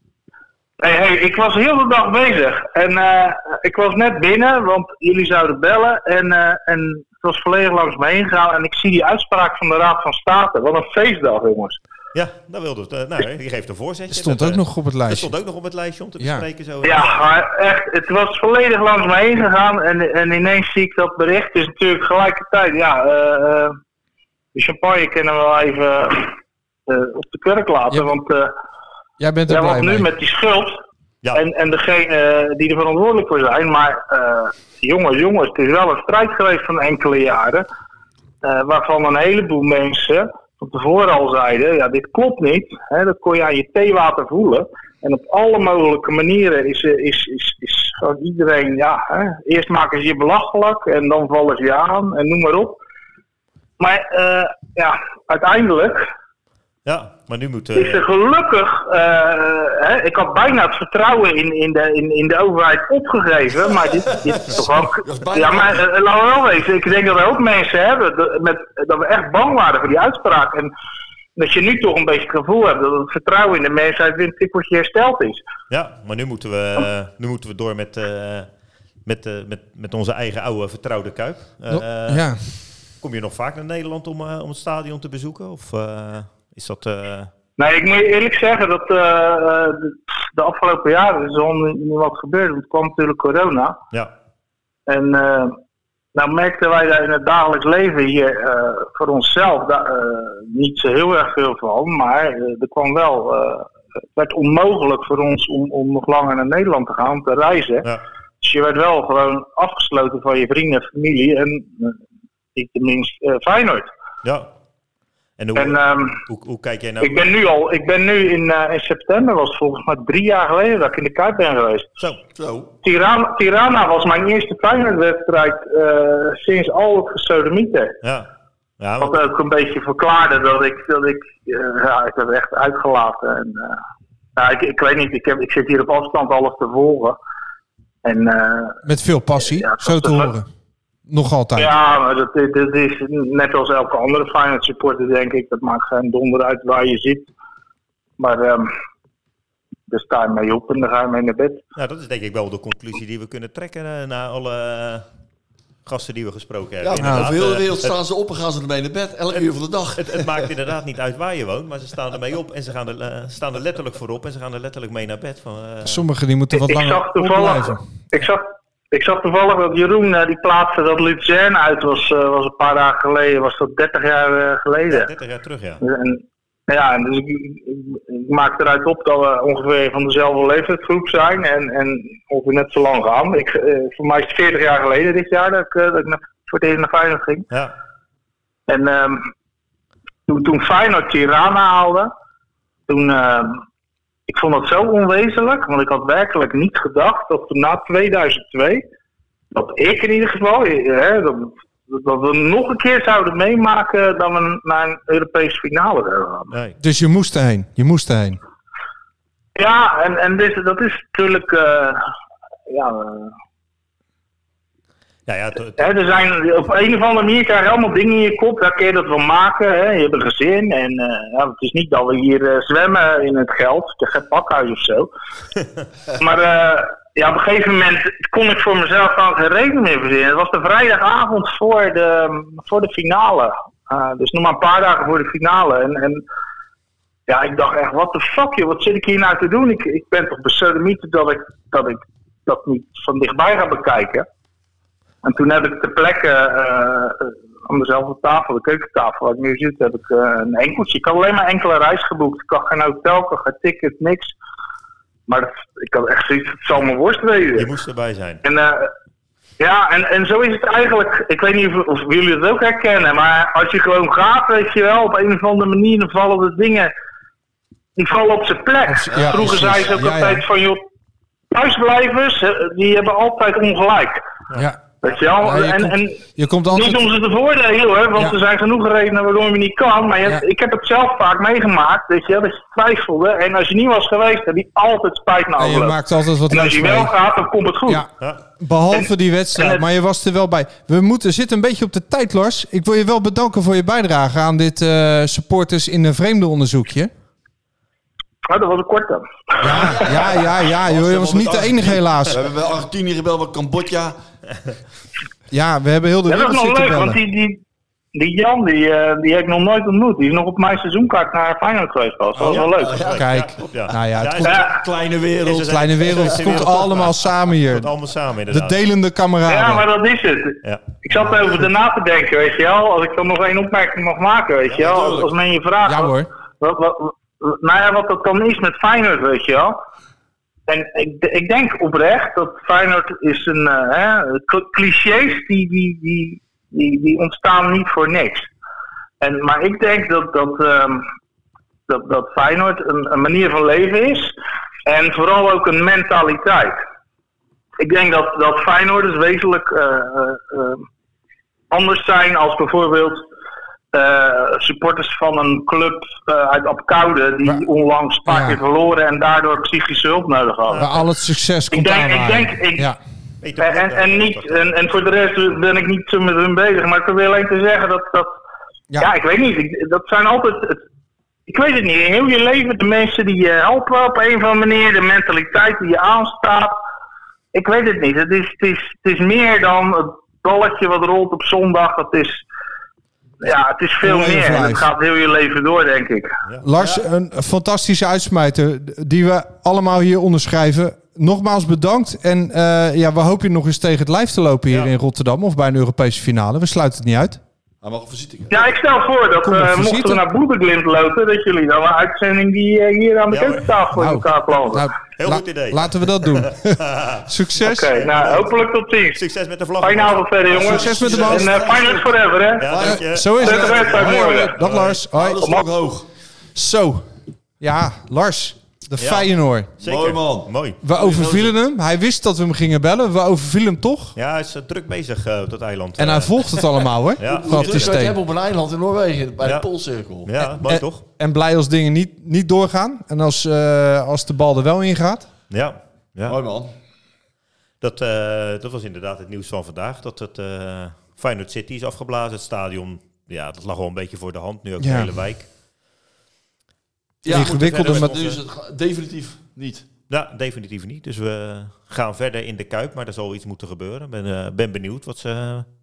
hey, hey, ik was heel de dag bezig. En uh, ik was net binnen, want jullie zouden bellen. En, uh, en het was volledig langs me heen gegaan. En ik zie die uitspraak van de Raad van State. Wat een feestdag, jongens. Ja, dat wilde het. Uh, nou, die geeft een voorzetje. Het stond dat, ook uh, nog op het lijstje. Het stond ook nog op het lijstje om te bespreken. Ja, zo, ja maar echt, het was volledig langs me heen gegaan. En, en ineens zie ik dat bericht. Het is natuurlijk gelijkertijd, ja, uh, uh, de champagne kunnen we wel even uh, op de kurk laten. Ja. Want uh, jij bent er ja, blij want nu mee. met die schuld ja. en, en degene uh, die er verantwoordelijk voor zijn. Maar uh, jongens, jongens, het is wel een strijd geweest van enkele jaren. Uh, waarvan een heleboel mensen... van tevoren al zeiden, ja, dit klopt niet. Hè, dat kon je aan je theewater voelen. En op alle mogelijke manieren is, is, is, is gewoon iedereen, ja, hè, eerst maken ze je belachelijk en dan vallen ze je aan en noem maar op. Maar uh, ja, uiteindelijk... Ja, maar nu moet... Uh... is er gelukkig... Uh, hè, ik had bijna het vertrouwen in, in, de, in, in de overheid opgegeven, maar dit, dit is toch ook... Ja, maar uh, laten we wel weten, ik denk dat er ook mensen hebben dat, met, dat we echt bang waren voor die uitspraak. En dat je nu toch een beetje het gevoel hebt dat het vertrouwen in de mensheid weer een tikkeltje hersteld is. Ja, maar nu moeten we, uh, nu moeten we door met, uh, met, uh, met, met onze eigen oude vertrouwde Kuip. Uh, no, ja. Kom je nog vaak naar Nederland om, uh, om het stadion te bezoeken? Of... Uh... Is dat, uh... Nee, ik moet je eerlijk zeggen dat uh, de, de afgelopen jaren is er niet wat gebeurd. Want het kwam natuurlijk corona. Ja. En uh, nou merkten wij daar in het dagelijks leven hier uh, voor onszelf da- uh, niet zo heel erg veel van. Maar uh, er kwam wel, uh, het werd onmogelijk voor ons om, om nog langer naar Nederland te gaan, om te reizen. Ja. Dus je werd wel gewoon afgesloten van je vrienden en familie. En uh, ik tenminste uh, Feyenoord. Ja. En, hoe, en um, hoe, hoe kijk jij nou? Ik ben nu al, ik ben nu in, uh, in september, was het volgens mij drie jaar geleden dat ik in de Kuip ben geweest. Zo, zo. Tirana, Tirana was mijn eerste Feyenoord-wedstrijd uh, sinds al het gesodemieter. Ja. Ja, wat ook een beetje verklaarde dat ik, dat ik, uh, ja, ik werd echt uitgelaten. En, uh, ja, ik, ik weet niet, ik, heb, ik zit hier op afstand alles te volgen. En, uh, met veel passie, ja, zo te horen. Nog altijd. Ja, maar dat, dat is net als elke andere Feyenoord supporter, denk ik. Dat maakt geen donder uit waar je zit. Maar um, daar sta je mee op en dan ga je mee naar bed. Nou, dat is denk ik wel de conclusie die we kunnen trekken uh, na alle uh, gasten die we gesproken Ja, hebben. over Inderdaad, heel de eh, wereld het- staan ze op en gaan ze ermee naar bed. Elk uur van de dag. Het, het maakt inderdaad niet uit waar je woont, maar ze staan ermee op en ze gaan er, eh, staan er letterlijk voor op en ze gaan er letterlijk mee naar bed. Van, eh, Sommigen die moeten wat Ik langer zag toevallig, opblijven. ik zag, ik zag toevallig dat Jeroen eh, die plaatste dat Luzern uit was, eh, was een paar dagen geleden. Was dat dertig jaar eh, geleden. ja, dertig jaar terug, ja. En, ja, en dus ik, ik, ik maak eruit op dat we ongeveer van dezelfde leeftijdsgroep zijn en, en ongeveer net zo lang gaan. Ik, eh, voor mij is het veertig jaar geleden dit jaar dat ik, eh, dat ik naar, voor het eerst naar Feyenoord ging. Ja. En ehm, toen, toen Feyenoord Tirana haalde, toen, ehm, ik vond dat zo onwezenlijk, want ik had werkelijk niet gedacht dat na tweeduizend twee, dat ik in ieder geval, hè, dat, dat we nog een keer zouden meemaken dat we naar een Europese finale zouden gaan. Nee. Dus je moest erheen. Je moest erheen. Ja, en, en dit, dat is natuurlijk, uh, ja... Uh, Ja, ja, to- to- Hè, er zijn, op een of andere manier krijg je allemaal dingen in je kop. Daar kun je dat wel maken. Hè. Je hebt een gezin. En uh, ja, het is niet dat we hier uh, zwemmen in het geld. Ik heb geen pakhuis of zo. Maar uh, ja, op een gegeven moment kon ik voor mezelf gewoon geen reden meer verzinnen. Het was de vrijdagavond voor de, voor de finale. Uh, dus nog maar een paar dagen voor de finale. En, en ja, ik dacht echt, what the fuck, joh, wat zit ik hier nou te doen? Ik, ik ben toch besodemieterd dat ik, dat ik dat niet van dichtbij ga bekijken. En toen heb ik ter plekke uh, aan dezelfde tafel, de keukentafel waar ik nu zit, heb ik uh, een enkeltje. Ik had alleen maar enkele reis geboekt. Ik had geen hotel, ik had geen ticket, niks. Maar dat, ik had echt zoiets, het zal mijn worst wezen. je moest erbij zijn. En uh, ja, en, en zo is het eigenlijk. Ik weet niet of, of jullie het ook herkennen, maar als je gewoon gaat, weet je wel, op een of andere manier, dan vallen de dingen, die vallen op zijn plek. Ja, Vroeger precies. zeiden ze ook Ja, ja. altijd van, joh, thuisblijvers, uh, die hebben altijd ongelijk. Ja. Weet je wel? Ja, je en, komt- en Je komt altijd... niet om ze te voordelen, hè, want Ja. er zijn genoeg redenen waarom je niet kan. Maar je hebt- Ja. ik heb het zelf vaak meegemaakt, weet je, wel, dat je twijfelde. En als je niet was geweest, heb je altijd spijt naar En je overloop. maakt altijd wat En als leuks je mee. wel gaat, dan komt het goed. Ja. Ja. Behalve En- die wedstrijd, en het- maar je was er wel bij. We moeten zitten een beetje op de tijd, Lars. Ik wil je wel bedanken voor je bijdrage aan dit eh, supporters in een vreemde onderzoekje. Oh, dat was een korte. Ja, ja, ja, ja joh, je was niet de enige We helaas. hebben bij Argentinië gebeld, bij Cambodja. Ja, we hebben heel de Ja, dat wereld is nog zitten leuk, want bellen. die, die, die Jan, die, eh, die heb ik nog nooit ontmoet. Die is nog op mijn seizoenkaart naar Feyenoord geweest. pas. Dat was wel leuk. Ja, Kijk, klopt, ja. nou ja, het Ja, komt- Ja, Kleine wereld. Kleine wereld, het komt allemaal samen Het hier. komt allemaal samen, De inderdaad. delende ja, kameraden. maar dat is het. Ja. Ik zat erover na te denken, weet je wel. Als ik dan nog één opmerking mag maken, weet je wel. Als, natuurlijk. als men je vraagt... Ja wat- hoor. Wat, wat, wat- nou ja, wat dat dan is met Feyenoord, weet je wel. En ik, ik denk oprecht dat Feyenoord is een... eh, hè, cl- clichés die, die, die, die, die ontstaan niet voor niks. En, maar ik denk dat, dat, ehm, dat, dat Feyenoord een, een manier van leven is. En vooral ook een mentaliteit. Ik denk dat, dat Feyenoorders wezenlijk eh, eh, eh, anders zijn als bijvoorbeeld... Uh, supporters van een club uh, uit Apkoude die Maar- onlangs een paar Ja. keer verloren en daardoor psychische hulp nodig hadden. Waar al het succes komt Ik denk- ik aanwaaien. denk- ik- Ja. Weet je En, wat, en, eh, en, niet, en, en voor de rest ben ik niet zo met hun bezig, maar ik probeer alleen te zeggen dat, dat Ja. ja. ik weet niet, ik, dat zijn altijd, het, ik weet het niet, in heel je leven de mensen die je helpen op een of andere manier, de mentaliteit die je aanstaat, ik weet het niet, het is, het is, het is meer dan het balletje wat rolt op zondag, het is... Ja, het is veel Way of meer. En het life. gaat heel je leven door, denk ik. Lars, een fantastische uitsmijter die we allemaal hier onderschrijven. Nogmaals bedankt. En eh, ja, we hopen je nog eens tegen het lijf te lopen hier Ja. in Rotterdam of bij een Europese finale. We sluiten het niet uit. Hij mag een visite. Ja, ik stel voor dat Kom op uh, visite. mochten we naar Boebeglimt lopen, dat jullie dan een uitzending die uh, hier aan de Ja, hoor. keukentafel in Nou, elkaar planten. Nou, Heel goed idee. Laten we dat doen. Succes. Oké, nou hopelijk tot ziens. Succes met de vlag. Fijne avond verder, jongens. Succes met de bal. En uh, Feyenoord forever, hè? Ja, dank je. Zo is Zet de het. wedstrijd morgen. Dag Lars. Hoi. Dat is ook hoog. Zo. Ja, Lars. De Ja. Feyenoord. Zeker. Mooi, man. Mooi. We overvielen hem. Hij wist dat we hem gingen bellen. We overvielen hem toch. Ja, hij is uh, druk bezig uh, op dat eiland. En hij Uh, volgt het allemaal hoor. Ja. Vanaf Dus de ik steen. hebben op een eiland in Noorwegen, bij Ja. de Poolcirkel. Ja, mooi En- toch? En blij als dingen niet, niet doorgaan. En als, eh, als de bal er wel in gaat. Ja. ja. Mooi man. Dat, uh, dat was inderdaad het nieuws van vandaag. Dat het uh, Feyenoord City is afgeblazen. Het stadion, ja, dat lag wel een beetje voor de hand. Nu ook Ja. de hele wijk. Ja, Ingewikkelde goed, met- nu is het ga- definitief niet. Ja, definitief niet. Dus we gaan verder in de Kuip. Maar er zal iets moeten gebeuren. Ik ben, uh, ben benieuwd wat ze,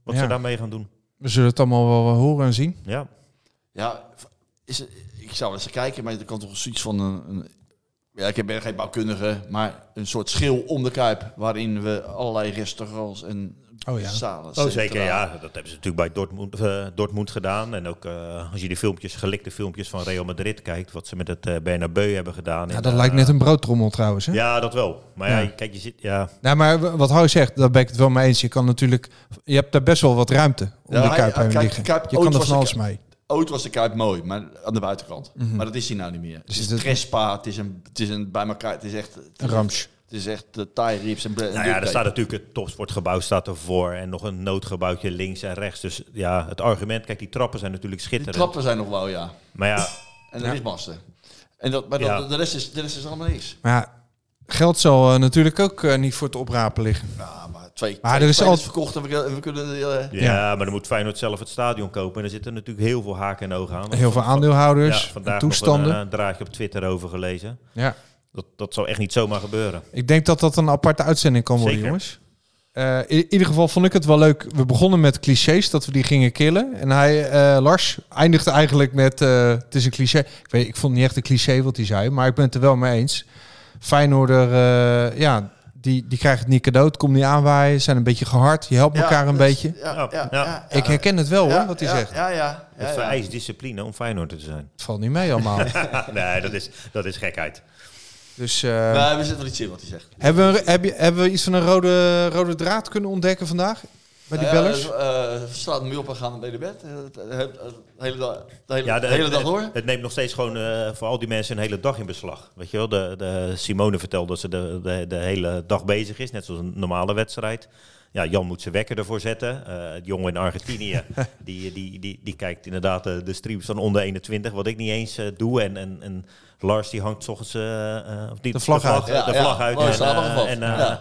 Wat Ja. ze daarmee gaan doen. We zullen het allemaal wel horen en zien. Ja. Ja, is het, ik zou wel eens kijken, maar er kan toch zoiets van een, een... Ja, ik ben geen bouwkundige, maar een soort schil om de Kuip... waarin we allerlei restaurants en oh, ja. zalen... Oh, zeker, ja. Dat hebben ze natuurlijk bij Dortmund, uh, Dortmund gedaan. En ook uh, als je die filmpjes, gelikte filmpjes van Real Madrid kijkt... wat ze met het uh, Bernabeu hebben gedaan. Ja, en, dat uh, lijkt net een broodtrommel trouwens. Hè? Ja, dat wel. Maar Ja. ja, kijk, je zit... Ja. Nou, maar wat Harry zegt, daar ben ik het wel mee eens. Je kan natuurlijk... Je hebt daar best wel wat ruimte om Ja, de hij- Kuip hij- heen kijk, liggen. Kuip- Je ooit kan er was van de alles Kuip- mee. Ooit was de Kuip mooi, maar aan de buitenkant. Mhm. Maar dat is hij nou niet meer. Dus Het is het- Trespa, het is een, het is een bij elkaar, het is echt... Het Een is- ramsch. Het is echt de Thai rips en... Nou ja, er staat natuurlijk het topsportgebouw staat ervoor en nog een noodgebouwtje links en rechts. Dus ja, het argument, kijk, die trappen zijn natuurlijk Die schitterend. trappen zijn nog wel, ja. Maar ja, En er Ja. is masten. En dat, maar dat, Ja. de, rest is, de rest is allemaal niks. Maar ja, geld zal uh, natuurlijk ook uh, niet voor het oprapen liggen. Ja, maar twee, Maar twee er is spelers al- verkocht en we, kunnen- we kunnen... Uh, ja, Ja. maar dan moet Feyenoord zelf het stadion kopen. En er zitten natuurlijk heel veel haken en ogen aan. Heel veel Van- aandeelhouders, ja, vandaag toestanden. nog een, een draadje op Twitter over gelezen. Ja. Dat, dat zou echt niet zomaar gebeuren. Ik denk dat dat een aparte uitzending kan worden, Zeker. jongens. Uh, in ieder geval vond ik het wel leuk. We begonnen met clichés, dat we die gingen killen. En hij, uh, Lars, eindigde eigenlijk met... Uh, het is een cliché. Ik, weet, ik vond het niet echt een cliché wat hij zei, maar ik ben het er wel mee eens. Feyenoorder, uh, ja, die, die krijgt het niet cadeau. Het komt niet aanwaaien, zijn een beetje gehard. Je helpt Ja, elkaar een dat is- beetje. Ja, Ja, ja, ja. ja, Ik herken het wel, ja, hoor, wat hij ja, zegt. Ja, ja. ja, Het ja. vereist discipline om Feyenoord te zijn. Het valt niet mee allemaal. Nee, dat is, dat is gekheid. Dus uh, Nee, we zitten wel iets in wat hij zegt. hebben, we, heb je, hebben we iets van een rode, rode draad kunnen ontdekken vandaag? Bij die Nou ja, bellers? Uh, slaat hem nu op en gaan naar de bed. Uh, de, de hele dag, de hele, Ja, de, de hele dag het, door. het neemt nog steeds gewoon uh, voor al die mensen een hele dag in beslag. Weet je wel, de, de Simone vertelt dat ze de, de, de hele dag bezig is, net zoals een normale wedstrijd. Ja, Jan moet zijn wekker ervoor zetten. Uh, het jongen in Argentinië, die, die, die, die kijkt inderdaad de, de streams van onder eenentwintig, wat ik niet eens uh, doe. En, en, en Lars die hangt 's ochtends uh, uh, of die, De vlag uit. De Ja, vlag ja, uit. Lars, En, uh, samengevat. en, uh, Ja.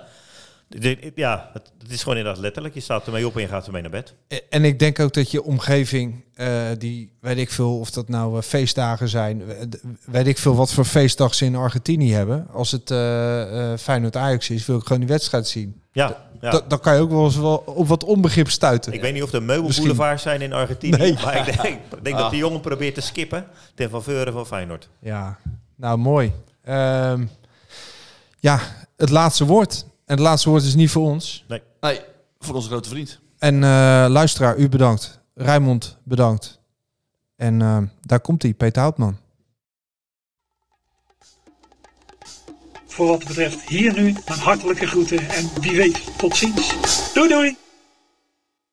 de- ja, het, het is gewoon inderdaad letterlijk. Je staat ermee op en je gaat ermee naar bed. En ik denk ook dat je omgeving, uh, die weet ik veel of dat nou uh, feestdagen zijn, weet ik veel wat voor feestdag ze in Argentinië hebben. Als het uh, uh, Feyenoord Ajax is, wil ik gewoon die wedstrijd zien. Ja, ja. Da- dan kan je ook wel eens wel op wat onbegrip stuiten. Ik weet niet of er meubelboulevards zijn in Argentinië, Nee. maar ik denk, ik denk Ah. dat die jongen probeert te skippen ten faveur van Feyenoord. Ja, nou mooi. Um, ja, het laatste woord. En het laatste woord is niet voor ons. Nee. Nee, voor onze grote vriend. En uh, luisteraar, u bedankt. Rijmond, bedankt. En uh, daar komt hij, Peter Houtman. Voor wat betreft hier nu mijn hartelijke groeten en wie weet tot ziens. Doei doei!